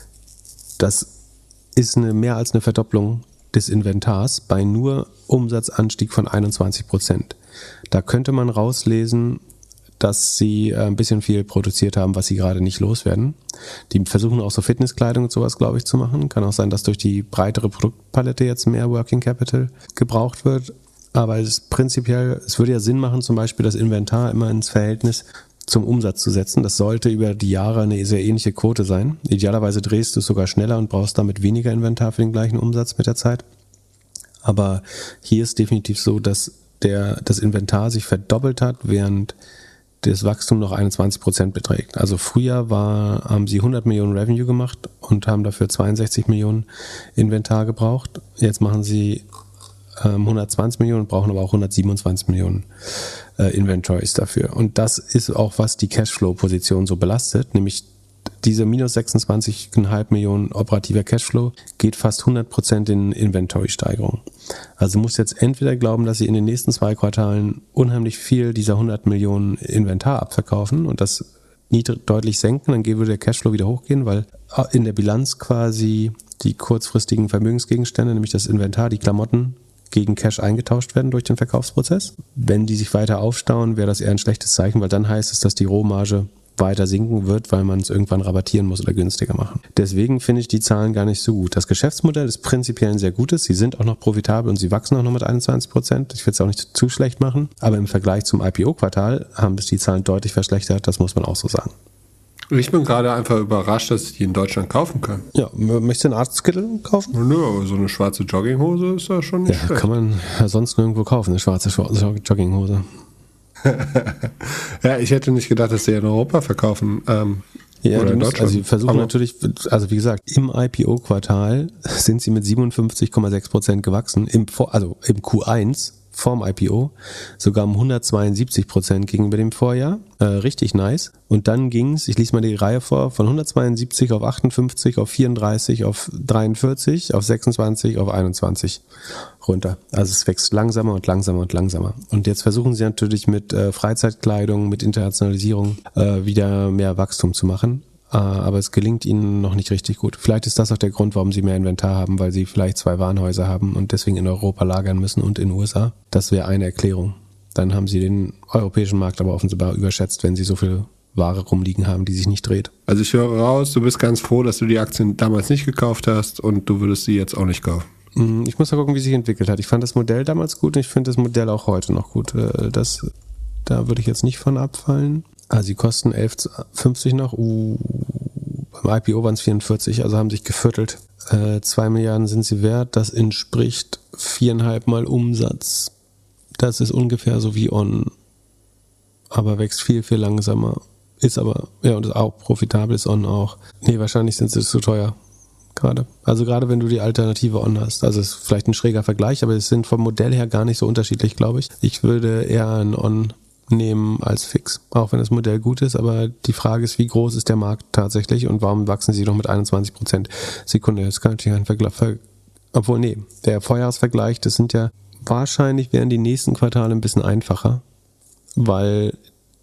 das ist eine, mehr als eine Verdopplung des Inventars bei nur Umsatzanstieg von einundzwanzig Prozent. Da könnte man rauslesen, dass sie ein bisschen viel produziert haben, was sie gerade nicht loswerden. Die versuchen auch so Fitnesskleidung und sowas, glaube ich, zu machen. Kann auch sein, dass durch die breitere Produktpalette jetzt mehr Working Capital gebraucht wird. Aber es ist prinzipiell, es würde ja Sinn machen, zum Beispiel das Inventar immer ins Verhältnis zum Umsatz zu setzen. Das sollte über die Jahre eine sehr ähnliche Quote sein. Idealerweise drehst du es sogar schneller und brauchst damit weniger Inventar für den gleichen Umsatz mit der Zeit. Aber hier ist definitiv so, dass der, das Inventar sich verdoppelt hat, während das Wachstum noch einundzwanzig Prozent beträgt. Also Frühjahr war, haben sie hundert Millionen Revenue gemacht und haben dafür zweiundsechzig Millionen Inventar gebraucht. Jetzt machen sie ähm, hundertzwanzig Millionen, brauchen aber auch hundertsiebenundzwanzig Millionen äh, Inventories dafür. Und das ist auch, was die Cashflow-Position so belastet, nämlich diese minus sechsundzwanzig Komma fünf Millionen operativer Cashflow geht fast hundert Prozent in Inventory-Steigerung. Also musst jetzt entweder glauben, dass sie in den nächsten zwei Quartalen unheimlich viel dieser hundert Millionen Inventar abverkaufen und das niedrig, deutlich senken, dann würde der Cashflow wieder hochgehen, weil in der Bilanz quasi die kurzfristigen Vermögensgegenstände, nämlich das Inventar, die Klamotten, gegen Cash eingetauscht werden durch den Verkaufsprozess. Wenn die sich weiter aufstauen, wäre das eher ein schlechtes Zeichen, weil dann heißt es, dass die Rohmarge weiter sinken wird, weil man es irgendwann rabattieren muss oder günstiger machen. Deswegen finde ich die Zahlen gar nicht so gut. Das Geschäftsmodell ist prinzipiell ein sehr gutes. Sie sind auch noch profitabel und sie wachsen auch noch mit einundzwanzig Prozent. Ich will es auch nicht zu schlecht machen. Aber im Vergleich zum I P O-Quartal haben es die Zahlen deutlich verschlechtert. Das muss man auch so sagen. Ich bin gerade einfach überrascht, dass ich die in Deutschland kaufen kann. Ja, möchtest du einen Arztkittel kaufen? Nö, aber so eine schwarze Jogginghose ist da schon nicht ja, schlecht. Kann man ja sonst nirgendwo kaufen, eine schwarze Jogginghose. Ja, ich hätte nicht gedacht, dass sie in Europa verkaufen. Ähm, ja, oder die in muss, Deutschland. also sie versuchen Aber natürlich, also wie gesagt, im I P O-Quartal sind sie mit siebenundfünfzig Komma sechs Prozent gewachsen, im, also im Q eins vorm I P O sogar um hundertzweiundsiebzig Prozent gegenüber dem Vorjahr. Äh, richtig nice. Und dann ging es, ich lese mal die Reihe vor, von hundertzweiundsiebzig auf achtundfünfzig, auf vierunddreißig, auf dreiundvierzig, auf sechsundzwanzig, auf einundzwanzig runter. Also es wächst langsamer und langsamer und langsamer. Und jetzt versuchen sie natürlich mit äh, Freizeitkleidung, mit Internationalisierung äh, wieder mehr Wachstum zu machen. Aber es gelingt ihnen noch nicht richtig gut. Vielleicht ist das auch der Grund, warum sie mehr Inventar haben, weil sie vielleicht zwei Warenhäuser haben und deswegen in Europa lagern müssen und in den U S A. Das wäre eine Erklärung. Dann haben sie den europäischen Markt aber offenbar überschätzt, wenn sie so viel Ware rumliegen haben, die sich nicht dreht. Also ich höre raus, du bist ganz froh, dass du die Aktien damals nicht gekauft hast und du würdest sie jetzt auch nicht kaufen. Ich muss mal gucken, wie sich entwickelt hat. Ich fand das Modell damals gut und ich finde das Modell auch heute noch gut. Das, da würde ich jetzt nicht von abfallen. Also sie kosten elf fünfzig noch. Uh, beim I P O waren es vierundvierzig, also haben sich geviertelt. Äh, zwei Milliarden sind sie wert. Das entspricht viereinhalb Mal Umsatz. Das ist ungefähr so wie On. Aber wächst viel, viel langsamer. Ist aber, ja, und ist auch profitabel, ist On auch. Nee, wahrscheinlich sind sie zu teuer. Gerade. Also gerade wenn du die Alternative On hast. Also es ist vielleicht ein schräger Vergleich, aber es sind vom Modell her gar nicht so unterschiedlich, glaube ich. Ich würde eher ein On nehmen als fix, auch wenn das Modell gut ist, aber die Frage ist, wie groß ist der Markt tatsächlich und warum wachsen sie noch mit einundzwanzig Prozent Sekunde? Das kann natürlich ein Vergleich, obwohl, nee, der Vorjahresvergleich, das sind ja, wahrscheinlich wären die nächsten Quartale ein bisschen einfacher, weil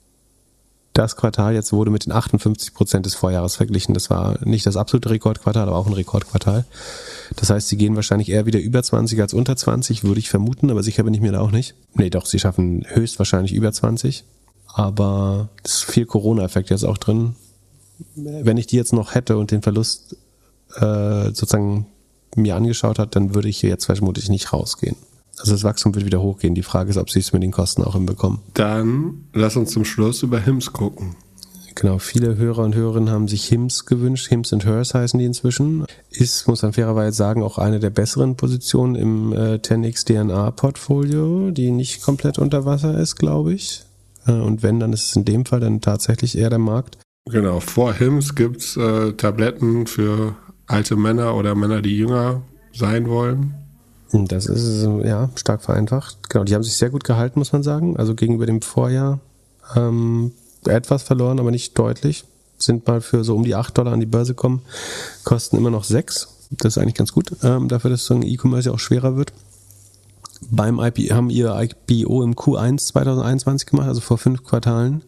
das Quartal jetzt wurde mit den achtundfünfzig Prozent des Vorjahres verglichen. Das war nicht das absolute Rekordquartal, aber auch ein Rekordquartal. Das heißt, sie gehen wahrscheinlich eher wieder über zwanzig als unter zwanzig, würde ich vermuten, aber sicher bin ich mir da auch nicht. Nee, doch, sie schaffen höchstwahrscheinlich über zwanzig. Aber es ist viel Corona-Effekt jetzt auch drin. Wenn ich die jetzt noch hätte und den Verlust äh, sozusagen mir angeschaut hat, dann würde ich jetzt vermutlich nicht rausgehen. Also das Wachstum wird wieder hochgehen. Die Frage ist, ob sie es mit den Kosten auch hinbekommen. Dann lass uns zum Schluss über Hims gucken. Genau, viele Hörer und Hörerinnen haben sich Hims gewünscht. Hims and Hers heißen die inzwischen. Ist, muss man fairerweise sagen, auch eine der besseren Positionen im äh, zehn X D N A-Portfolio, die nicht komplett unter Wasser ist, glaube ich. Äh, und wenn, dann ist es in dem Fall dann tatsächlich eher der Markt. Genau, vor Hims gibt es äh, Tabletten für alte Männer oder Männer, die jünger sein wollen. Das ist, ja, stark vereinfacht. Genau, die haben sich sehr gut gehalten, muss man sagen. Also gegenüber dem Vorjahr ähm, etwas verloren, aber nicht deutlich. Sind mal für so um die acht Dollar an die Börse gekommen. Kosten immer noch sechs. Das ist eigentlich ganz gut, ähm, dafür, dass so ein E-Commerce ja auch schwerer wird. Beim I P O haben ihr I P O im Q eins zweitausendeinundzwanzig gemacht, also vor fünf Quartalen.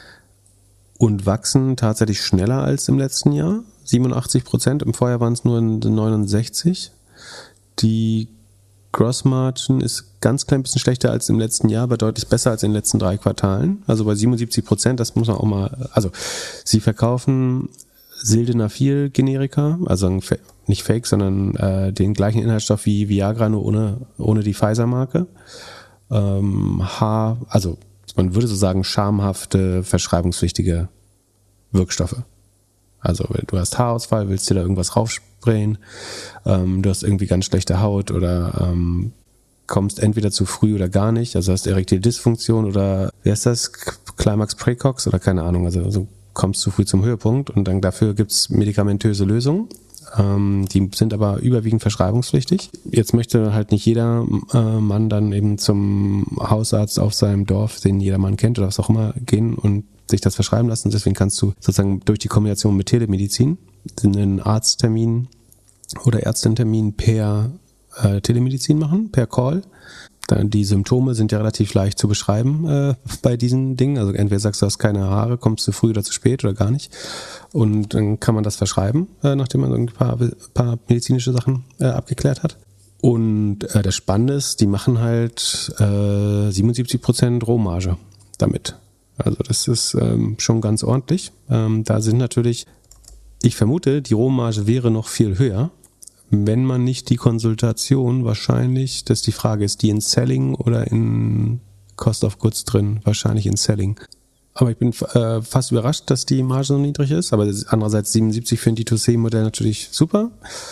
Und wachsen tatsächlich schneller als im letzten Jahr. siebenundachtzig Prozent. Im Vorjahr waren es nur neunundsechzig. Die Grossmargin ist ganz klein bisschen schlechter als im letzten Jahr, aber deutlich besser als in den letzten drei Quartalen. Also bei siebenundsiebzig Prozent, das muss man auch mal, also sie verkaufen Sildenafil Generika, also nicht Fake, sondern äh, den gleichen Inhaltsstoff wie Viagra, nur ohne, ohne die Pfizer-Marke. Ähm, H, also man würde so sagen, schamhafte, verschreibungspflichtige Wirkstoffe. Also du hast Haarausfall, willst dir da irgendwas raufsprayen, ähm, du hast irgendwie ganz schlechte Haut oder ähm, kommst entweder zu früh oder gar nicht, also hast Erektildysfunktion oder, wie heißt das, Climax Praecox oder keine Ahnung, also so kommst zu früh zum Höhepunkt und dann dafür gibt's medikamentöse Lösungen. Ähm, die sind aber überwiegend verschreibungspflichtig. Jetzt möchte halt nicht jeder äh, Mann dann eben zum Hausarzt auf seinem Dorf, den jeder Mann kennt oder was auch immer, gehen und sich das verschreiben lassen. Deswegen kannst du sozusagen durch die Kombination mit Telemedizin einen Arzttermin oder Ärztintermin per äh, Telemedizin machen, per Call. Dann die Symptome sind ja relativ leicht zu beschreiben äh, bei diesen Dingen. Also entweder sagst du, hast keine Haare, kommst du früh oder zu spät oder gar nicht. Und dann kann man das verschreiben, äh, nachdem man so ein paar, paar medizinische Sachen äh, abgeklärt hat. Und äh, das Spannende ist, die machen halt äh, siebenundsiebzig Prozent Rohmarge damit. Also das ist ähm, schon ganz ordentlich. Ähm, da sind natürlich, ich vermute, die Rohmarge wäre noch viel höher, wenn man nicht die Konsultation wahrscheinlich, dass die Frage ist, die in Selling oder in Cost of Goods drin? Wahrscheinlich in Selling. Aber ich bin äh, fast überrascht, dass die Marge so niedrig ist. Aber andererseits siebenundsiebzig für ein D zwei C-Modell natürlich super.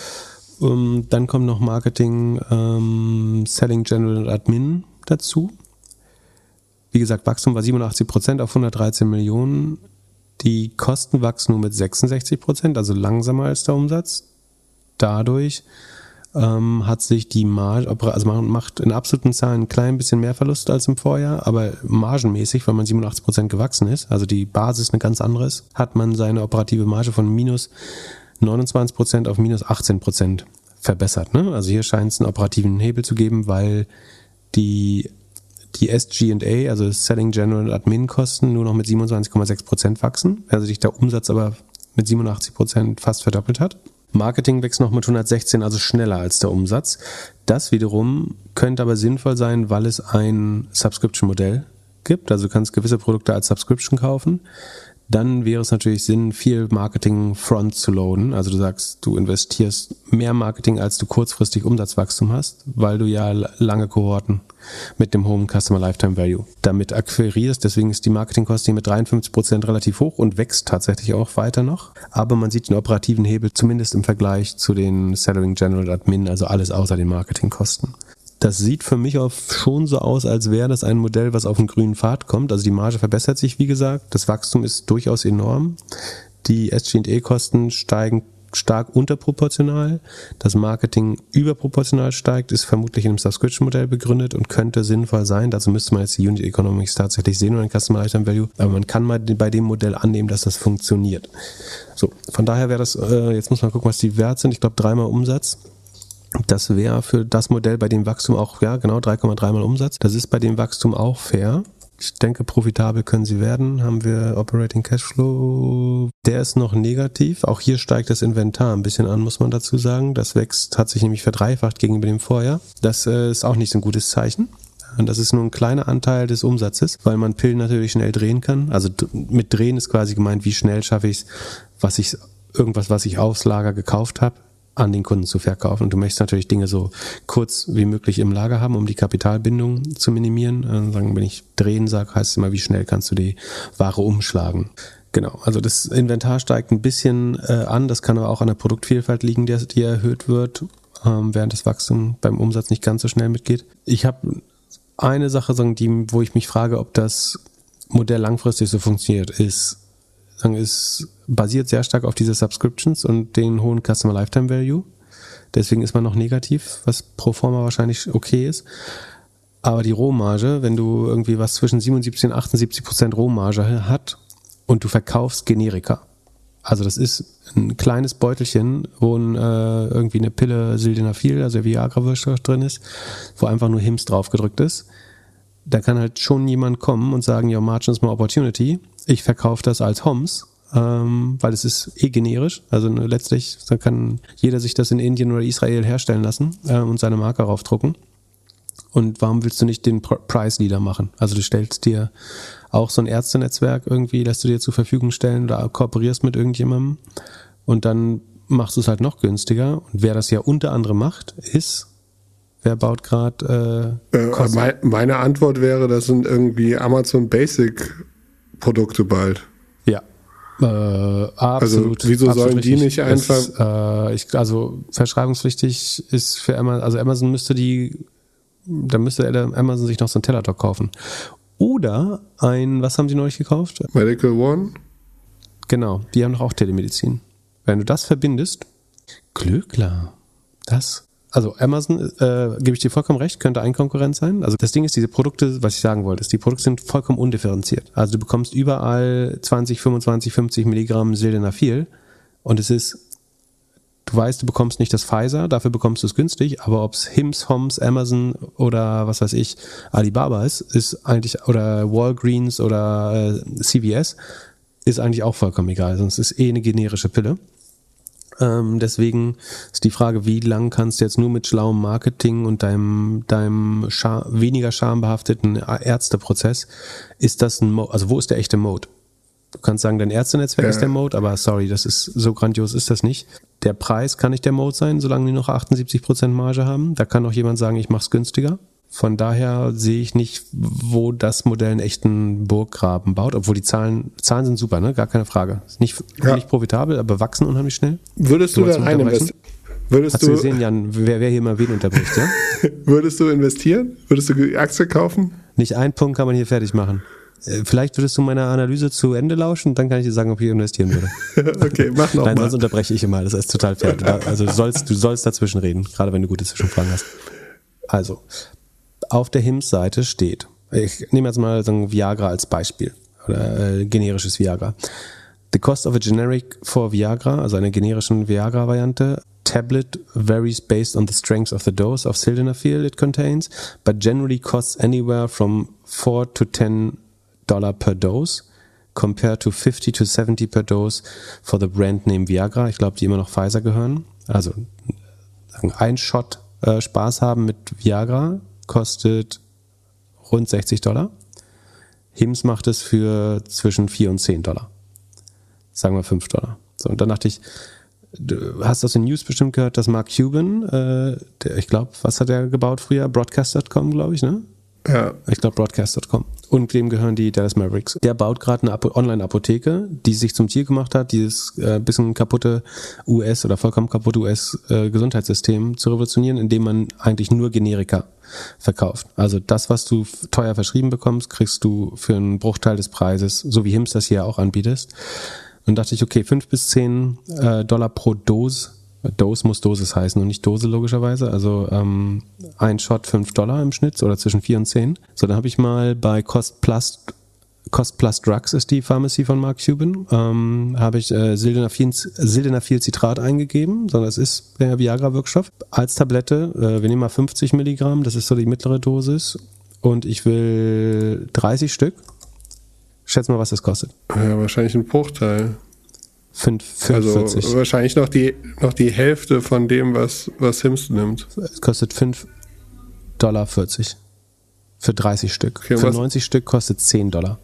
Um, dann kommt noch Marketing, ähm, Selling, General und Admin dazu. Wie gesagt, Wachstum war siebenundachtzig Prozent auf hundertdreizehn Millionen. Die Kosten wachsen nur mit sechsundsechzig Prozent, also langsamer als der Umsatz. Dadurch ähm, hat sich die Marge, also man macht in absoluten Zahlen ein klein bisschen mehr Verlust als im Vorjahr, aber margenmäßig, weil man siebenundachtzig Prozent gewachsen ist, also die Basis eine ganz andere ist, hat man seine operative Marge von minus neunundzwanzig Prozent auf minus achtzehn Prozent verbessert. Ne? Also hier scheint es einen operativen Hebel zu geben, weil die, die S G and A, also Selling, General und Admin Kosten, nur noch mit siebenundzwanzig Komma sechs Prozent wachsen, also sich der Umsatz aber mit siebenundachtzig Prozent fast verdoppelt hat. Marketing wächst noch mit hundertsechzehn, also schneller als der Umsatz. Das wiederum könnte aber sinnvoll sein, weil es ein Subscription-Modell gibt. Also du kannst gewisse Produkte als Subscription kaufen. Dann wäre es natürlich Sinn, viel Marketing front zu loaden. Also du sagst, du investierst mehr Marketing, als du kurzfristig Umsatzwachstum hast, weil du ja lange Kohorten mit dem hohen Customer Lifetime Value damit akquirierst. Deswegen ist die Marketingkosten mit dreiundfünfzig Prozent relativ hoch und wächst tatsächlich auch weiter noch. Aber man sieht den operativen Hebel zumindest im Vergleich zu den Selling, General, Admin, also alles außer den Marketingkosten. Das sieht für mich auch schon so aus, als wäre das ein Modell, was auf den grünen Pfad kommt. Also die Marge verbessert sich, wie gesagt. Das Wachstum ist durchaus enorm. Die S G and A-Kosten steigen stark unterproportional. Das Marketing überproportional steigt, ist vermutlich in einem Subscription-Modell begründet und könnte sinnvoll sein. Dazu müsste man jetzt die Unit Economics tatsächlich sehen und den Customer Lifetime Value. Aber man kann mal bei dem Modell annehmen, dass das funktioniert. So, von daher wäre das, äh, jetzt muss man gucken, was die Wert sind. Ich glaube, dreimal Umsatz. Das wäre für das Modell bei dem Wachstum auch, ja genau, drei Komma drei mal Umsatz. Das ist bei dem Wachstum auch fair. Ich denke, profitabel können sie werden. Haben wir Operating Cashflow. Der ist noch negativ. Auch hier steigt das Inventar ein bisschen an, muss man dazu sagen. Das wächst, hat sich nämlich verdreifacht gegenüber dem Vorjahr. Das äh, ist auch nicht so ein gutes Zeichen. Und das ist nur ein kleiner Anteil des Umsatzes, weil man Pillen natürlich schnell drehen kann. Also mit drehen ist quasi gemeint, wie schnell schaffe ich es, was ich, irgendwas, was ich aufs Lager gekauft habe, an den Kunden zu verkaufen. Und du möchtest natürlich Dinge so kurz wie möglich im Lager haben, um die Kapitalbindung zu minimieren. Also sagen, wenn ich drehen sage, heißt es immer, wie schnell kannst du die Ware umschlagen. Genau, also das Inventar steigt ein bisschen äh, an. Das kann aber auch an der Produktvielfalt liegen, die, die erhöht wird, ähm, während das Wachstum beim Umsatz nicht ganz so schnell mitgeht. Ich habe eine Sache, sagen, die, wo ich mich frage, ob das Modell langfristig so funktioniert, ist, ist basiert sehr stark auf diese Subscriptions und den hohen Customer Lifetime Value. Deswegen ist man noch negativ, was pro forma wahrscheinlich okay ist. Aber die Rohmarge, wenn du irgendwie was zwischen siebenundsiebzig und achtundsiebzig Prozent Rohmarge hat und du verkaufst Generika. Also das ist ein kleines Beutelchen, wo ein, äh, irgendwie eine Pille Sildenafil, also Viagra-Wirkstoff drin ist, wo einfach nur Hims drauf gedrückt ist. Da kann halt schon jemand kommen und sagen, ja, Margin is more opportunity. Ich verkaufe das als Homs, ähm, weil es ist eh generisch. Also letztlich dann kann jeder sich das in Indien oder Israel herstellen lassen äh, und seine Marke raufdrucken. Und warum willst du nicht den Price Leader machen? Also du stellst dir auch so ein Ärztenetzwerk irgendwie, lässt du dir zur Verfügung stellen oder kooperierst mit irgendjemandem und dann machst du es halt noch günstiger. Und wer das ja unter anderem macht, ist, wer baut gerade äh, äh, mein, meine Antwort wäre, das sind irgendwie Amazon Basic Produkte bald. Ja. Äh, absolut. Also wieso absolut sollen die richtig. nicht einfach... Es, äh, ich, also verschreibungspflichtig ist für Amazon, also Amazon müsste die, da müsste Amazon sich noch so einen Teladoc kaufen. Oder ein, was haben sie neulich gekauft? Medical One? Genau, die haben doch auch Telemedizin. Wenn du das verbindest, Glöckler, das, also Amazon, äh, gebe ich dir vollkommen recht, könnte ein Konkurrent sein. Also das Ding ist, diese Produkte, was ich sagen wollte, ist, die Produkte sind vollkommen undifferenziert. Also du bekommst überall zwanzig, fünfundzwanzig, fünfzig Milligramm Sildenafil und es ist, du weißt, du bekommst nicht das Pfizer, dafür bekommst du es günstig, aber ob es Hims, Homs, Amazon oder was weiß ich, Alibaba ist, ist eigentlich, oder Walgreens oder äh, C V S, ist eigentlich auch vollkommen egal, sonst ist eh eine generische Pille. Ähm, deswegen ist die Frage, wie lang kannst du jetzt nur mit schlauem Marketing und deinem, deinem Scham, weniger schambehafteten Ärzteprozess, ist das ein Mode, also wo ist der echte Mode? Du kannst sagen, dein Ärztenetzwerk ja. ist der Mode, aber sorry, das ist so grandios ist das nicht. Der Preis kann nicht der Mode sein, solange die noch achtundsiebzig Prozent Marge haben. Da kann auch jemand sagen, ich mach's günstiger. Von daher sehe ich nicht, wo das Modell einen echten Burggraben baut, obwohl die Zahlen, Zahlen sind super, ne? Gar keine Frage. Ist nicht, ja. nicht profitabel, aber wachsen unheimlich schnell. Würdest du dann investieren? Würdest Hast du gesehen, Jan, wer, wer hier mal wen unterbricht, ja? Würdest du investieren? Würdest du Aktien kaufen? Nicht einen Punkt kann man hier fertig machen. Vielleicht würdest du meiner Analyse zu Ende lauschen, dann kann ich dir sagen, ob ich investieren würde. Okay, mach noch Nein, mal. sonst unterbreche ich immer, das ist total fair. Du, also du sollst, du sollst dazwischen reden, gerade wenn du gute Zwischenfragen hast. Also, auf der Hims-Seite steht, ich nehme jetzt mal so ein Viagra als Beispiel, oder äh, generisches Viagra. The cost of a generic for Viagra, also einer generischen Viagra-Variante, tablet varies based on the strength of the dose of sildenafil it contains, but generally costs anywhere from four to ten Dollar per dose, compared to fifty to seventy per dose for the brand name Viagra. Ich glaube, die immer noch Pfizer gehören. Also ein Shot äh, Spaß haben mit Viagra kostet rund sechzig Dollar. Hims macht es für zwischen vier und zehn Dollar. Sagen wir fünf Dollar. So, und dann dachte ich, du hast aus den News bestimmt gehört, dass Mark Cuban, äh, der, ich glaube, was hat er gebaut früher? Broadcast Punkt com, glaube ich, ne? Ja. Ich glaube Broadcast Punkt com. Und dem gehören die Dallas Mavericks. Der baut gerade eine Apo- Online-Apotheke, die sich zum Ziel gemacht hat, dieses äh, bisschen kaputte U S oder vollkommen kaputte U S-Gesundheitssystem äh, zu revolutionieren, indem man eigentlich nur Generika verkauft. Also das, was du f- teuer verschrieben bekommst, kriegst du für einen Bruchteil des Preises, so wie Hims das hier auch anbietest. Und dachte ich, okay, fünf bis zehn äh, Dollar pro Dose. Dose muss Dosis heißen und nicht Dose logischerweise. Also ähm, ein Shot fünf Dollar im Schnitt oder zwischen vier und zehn. So, dann habe ich mal bei Cost Plus, Cost Plus Drugs ist die Pharmacy von Mark Cuban, ähm, habe ich äh, Sildenafil, Sildenafil Citrat eingegeben, sondern es ist der Viagra-Wirkstoff. Als Tablette, äh, wir nehmen mal fünfzig Milligramm, das ist so die mittlere Dosis. Und ich will dreißig Stück. Schätz mal, was das kostet. Ja, wahrscheinlich ein Bruchteil. fünf, fünfundvierzig. Also wahrscheinlich noch die, noch die Hälfte von dem, was, was Hims nimmt. Es kostet fünf Dollar vierzig. Für dreißig Stück. Okay, Für was? neunzig Stück kostet zehn Dollar.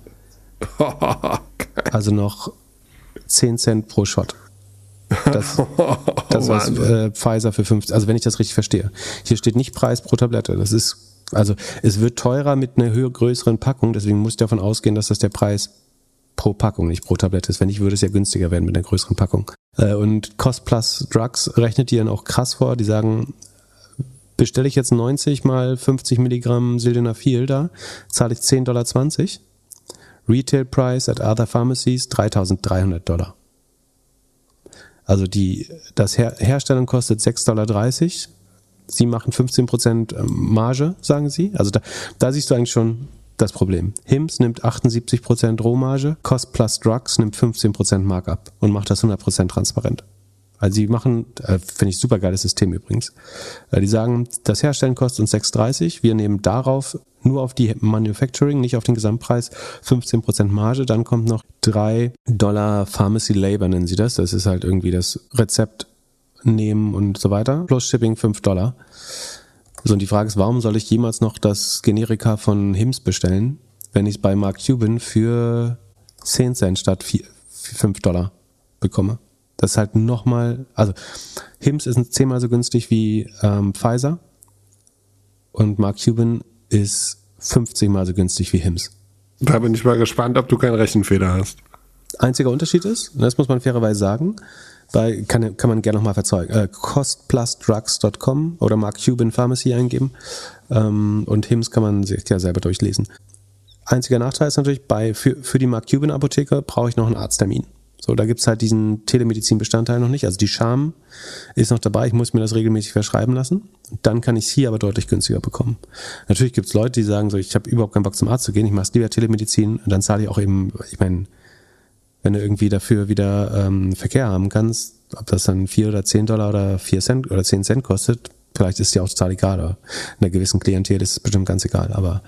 Also noch zehn Cent pro Shot. Das, das was äh, Pfizer für fünfzig, also wenn ich das richtig verstehe. Hier steht nicht Preis pro Tablette. Das ist, also es wird teurer mit einer höher größeren Packung, deswegen muss ich davon ausgehen, dass das der Preis pro Packung, nicht pro Tablette ist. Wenn nicht, würde es ja günstiger werden mit einer größeren Packung. Und Cost Plus Drugs rechnet die dann auch krass vor. Die sagen, bestelle ich jetzt neunzig mal fünfzig Milligramm Sildenafil da, zahle ich zehn Dollar zwanzig. Retail Price at other pharmacies dreitausenddreihundert Dollar. Also die, das Her- Herstellen kostet sechs Dollar dreißig. Sie machen fünfzehn Prozent Marge, sagen sie. Also da, da siehst du eigentlich schon das Problem. Hims nimmt achtundsiebzig Prozent Rohmarge, Cost Plus Drugs nimmt fünfzehn Prozent Markup und macht das hundert Prozent transparent. Also sie machen, äh, finde ich super geiles System übrigens. Äh, die sagen, das Herstellen kostet uns sechs Dollar dreißig, wir nehmen darauf nur auf die Manufacturing, nicht auf den Gesamtpreis, fünfzehn Prozent Marge, dann kommt noch drei Dollar Pharmacy Labor, nennen sie das. Das ist halt irgendwie das Rezept nehmen und so weiter. Plus Shipping fünf Dollar. So, und die Frage ist, warum soll ich jemals noch das Generika von Hims bestellen, wenn ich es bei Mark Cuban für zehn Cent statt fünf Dollar bekomme? Das ist halt nochmal, also Hims ist zehnmal so günstig wie ähm, Pfizer und Mark Cuban ist fünfzig mal so günstig wie Hims. Da bin ich mal gespannt, ob du keinen Rechenfehler hast. Einziger Unterschied ist, das muss man fairerweise sagen, bei, kann, kann man gerne nochmal verzeugen, äh, cost plus drugs dot com oder Mark Cuban Pharmacy eingeben ähm, und Hims kann man sich ja selber durchlesen. Einziger Nachteil ist natürlich, bei, für, für die Mark Cuban Apotheke brauche ich noch einen Arzttermin. So, da gibt es halt diesen Telemedizin-Bestandteil noch nicht. Also die Scham ist noch dabei, ich muss mir das regelmäßig verschreiben lassen. Dann kann ich es hier aber deutlich günstiger bekommen. Natürlich gibt es Leute, die sagen so, ich habe überhaupt keinen Bock zum Arzt zu gehen, ich mache es lieber Telemedizin und dann zahle ich auch eben, ich meine, wenn du irgendwie dafür wieder ähm, Verkehr haben kannst, ob das dann vier oder zehn Dollar oder vier Cent oder zehn Cent kostet, vielleicht ist dir auch total egal. Oder in einer gewissen Klientel ist es bestimmt ganz egal. Aber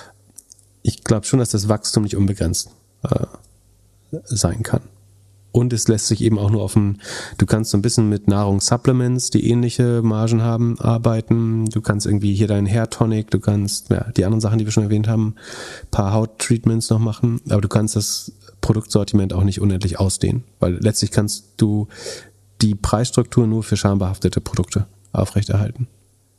ich glaube schon, dass das Wachstum nicht unbegrenzt äh, sein kann. Und es lässt sich eben auch nur auf ein, du kannst so ein bisschen mit Nahrungssupplements, die ähnliche Margen haben, arbeiten. Du kannst irgendwie hier deinen Hair Tonic, du kannst, ja, die anderen Sachen, die wir schon erwähnt haben, ein paar Hauttreatments noch machen. Aber du kannst das Produktsortiment auch nicht unendlich ausdehnen. Weil letztlich kannst du die Preisstruktur nur für schambehaftete Produkte aufrechterhalten.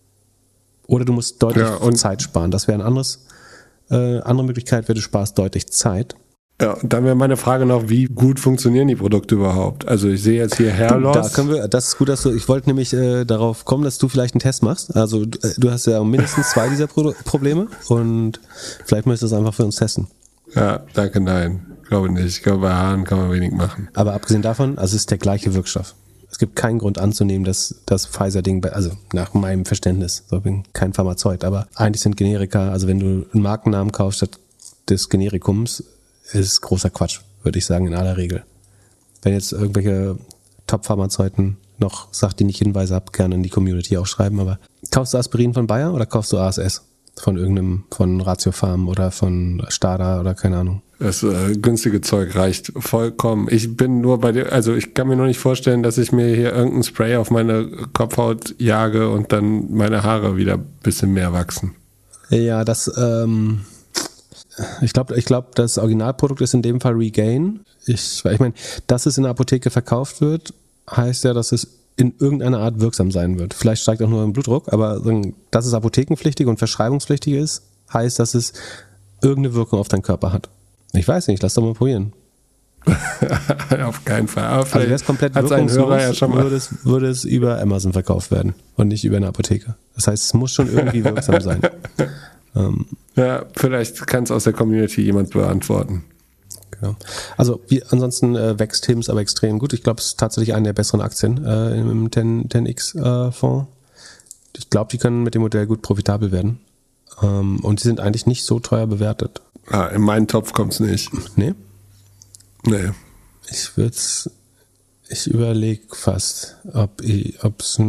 Oder du musst deutlich ja, und Zeit sparen. Das wäre ein anderes, äh, andere Möglichkeit, wäre, du sparst deutlich Zeit. Ja, und dann wäre meine Frage noch, wie gut funktionieren die Produkte überhaupt? Also ich sehe jetzt hier Hair Loss. Da können wir, das ist gut, dass du, ich wollte nämlich äh, darauf kommen, dass du vielleicht einen Test machst. Also äh, du hast ja mindestens zwei dieser Pro- Probleme und vielleicht möchtest du es einfach für uns testen. Ja, danke, nein. Glaube nicht. Ich glaube, bei Haaren kann man wenig machen. Aber abgesehen davon, also es ist der gleiche Wirkstoff. Es gibt keinen Grund anzunehmen, dass das Pfizer-Ding, also nach meinem Verständnis, so bin kein Pharmazeut, aber eigentlich sind Generika, also wenn du einen Markennamen kaufst statt des Generikums, ist großer Quatsch, würde ich sagen, in aller Regel. Wenn jetzt irgendwelche Top-Pharmazeuten noch, sagt, die nicht Hinweise habe, gerne in die Community auch schreiben, aber kaufst du Aspirin von Bayer oder kaufst du A S S? Von irgendeinem, von Ratiopharm oder von Stada oder keine Ahnung. Das äh, günstige Zeug reicht vollkommen. Ich bin nur bei dir, also ich kann mir nur nicht vorstellen, dass ich mir hier irgendein Spray auf meine Kopfhaut jage und dann meine Haare wieder ein bisschen mehr wachsen. Ja, das, ähm, ich glaube, ich glaube, das Originalprodukt ist in dem Fall Regain. Ich, ich meine, dass es in der Apotheke verkauft wird, heißt ja, dass es in irgendeiner Art wirksam sein wird. Vielleicht steigt auch nur im Blutdruck, aber dass es apothekenpflichtig und verschreibungspflichtig ist, heißt, dass es irgendeine Wirkung auf deinen Körper hat. Ich weiß nicht, lass doch mal probieren. Auf keinen Fall. Aber also wäre es komplett wirkungslos, ja schon mal. Würde, es, würde es über Amazon verkauft werden und nicht über eine Apotheke. Das heißt, es muss schon irgendwie wirksam sein. ähm, ja, vielleicht kann es aus der Community jemand beantworten. Genau. Also wie, ansonsten äh, wächst Hims aber extrem gut. Ich glaube, es ist tatsächlich eine der besseren Aktien äh, im zehn X äh, Fonds. Ich glaube, die können mit dem Modell gut profitabel werden. Ähm, und die sind eigentlich nicht so teuer bewertet. Ah, in meinen Topf kommt es nicht. Nee? Nee. Ich würde es, ich überlege fast, ob es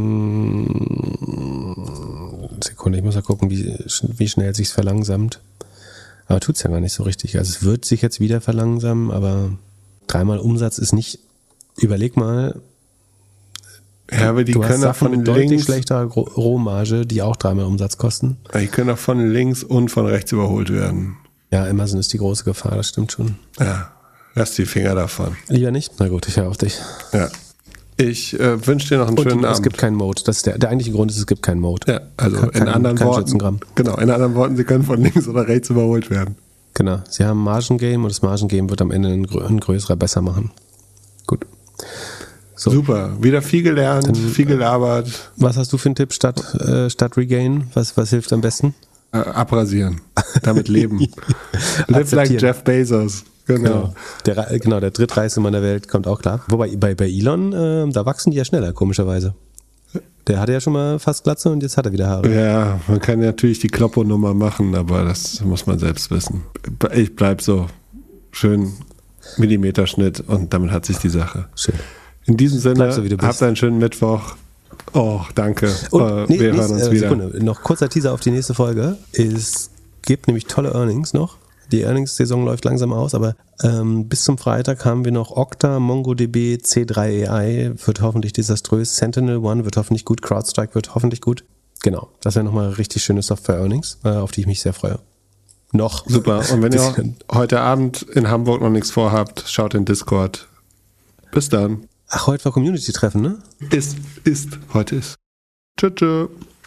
ein Sekunde, ich muss mal gucken, wie, wie schnell sich verlangsamt. Aber tut's ja gar nicht so richtig. Also es wird sich jetzt wieder verlangsamen, aber dreimal Umsatz ist nicht, überleg mal, ja, aber die du können hast Sachen von mit deutlich links, schlechterer Rohmarge, die auch dreimal Umsatz kosten. Die können auch von links und von rechts überholt werden. Ja, Amazon ist die große Gefahr, das stimmt schon. Ja, lass die Finger davon. Lieber nicht? Na gut, ich höre auf dich. Ja. Ich äh, wünsche dir noch einen und schönen die, Abend. Es gibt keinen Mode. Das ist der, der eigentliche Grund ist, es gibt keinen Mode. Ja, also kein, in anderen kein Worten. Genau, in anderen Worten, sie können von links oder rechts überholt werden. Genau. Sie haben ein Margengame und das Margengame wird am Ende ein, ein größerer besser machen. Gut. So. Super, wieder viel gelernt, Dann, viel gelabert. Was hast du für einen Tipp statt, äh, statt Regain? Was, was hilft am besten? Äh, abrasieren. Damit leben. Live like Jeff Bezos. Genau. Genau. Der, genau, der drittreichste Mann der Welt kommt auch klar. Wobei bei, bei Elon, äh, da wachsen die ja schneller, komischerweise. Der hatte ja schon mal fast Glatze und jetzt hat er wieder Haare. Ja, man kann natürlich die Kloppo-Nummer machen, aber das muss man selbst wissen. Ich bleib so schön Millimeterschnitt und damit hat sich die Sache. Schön. In diesem Sinne, so, habt einen schönen Mittwoch. Oh, danke. Und, uh, nee, wir nee, hören uns äh, wieder. Sekunde, noch kurzer Teaser auf die nächste Folge. Es gibt nämlich tolle Earnings noch. Die Earnings-Saison läuft langsam aus, aber ähm, bis zum Freitag haben wir noch Okta, MongoDB, C drei A I, wird hoffentlich desaströs, Sentinel One wird hoffentlich gut, CrowdStrike wird hoffentlich gut. Genau, das wäre nochmal richtig schöne Software-Earnings, äh, auf die ich mich sehr freue. Noch. Super, und wenn ihr heute Abend in Hamburg noch nichts vorhabt, schaut in Discord. Bis dann. Ach, heute war Community-Treffen, ne? Ist, ist, heute ist. Tschüss, tschüss.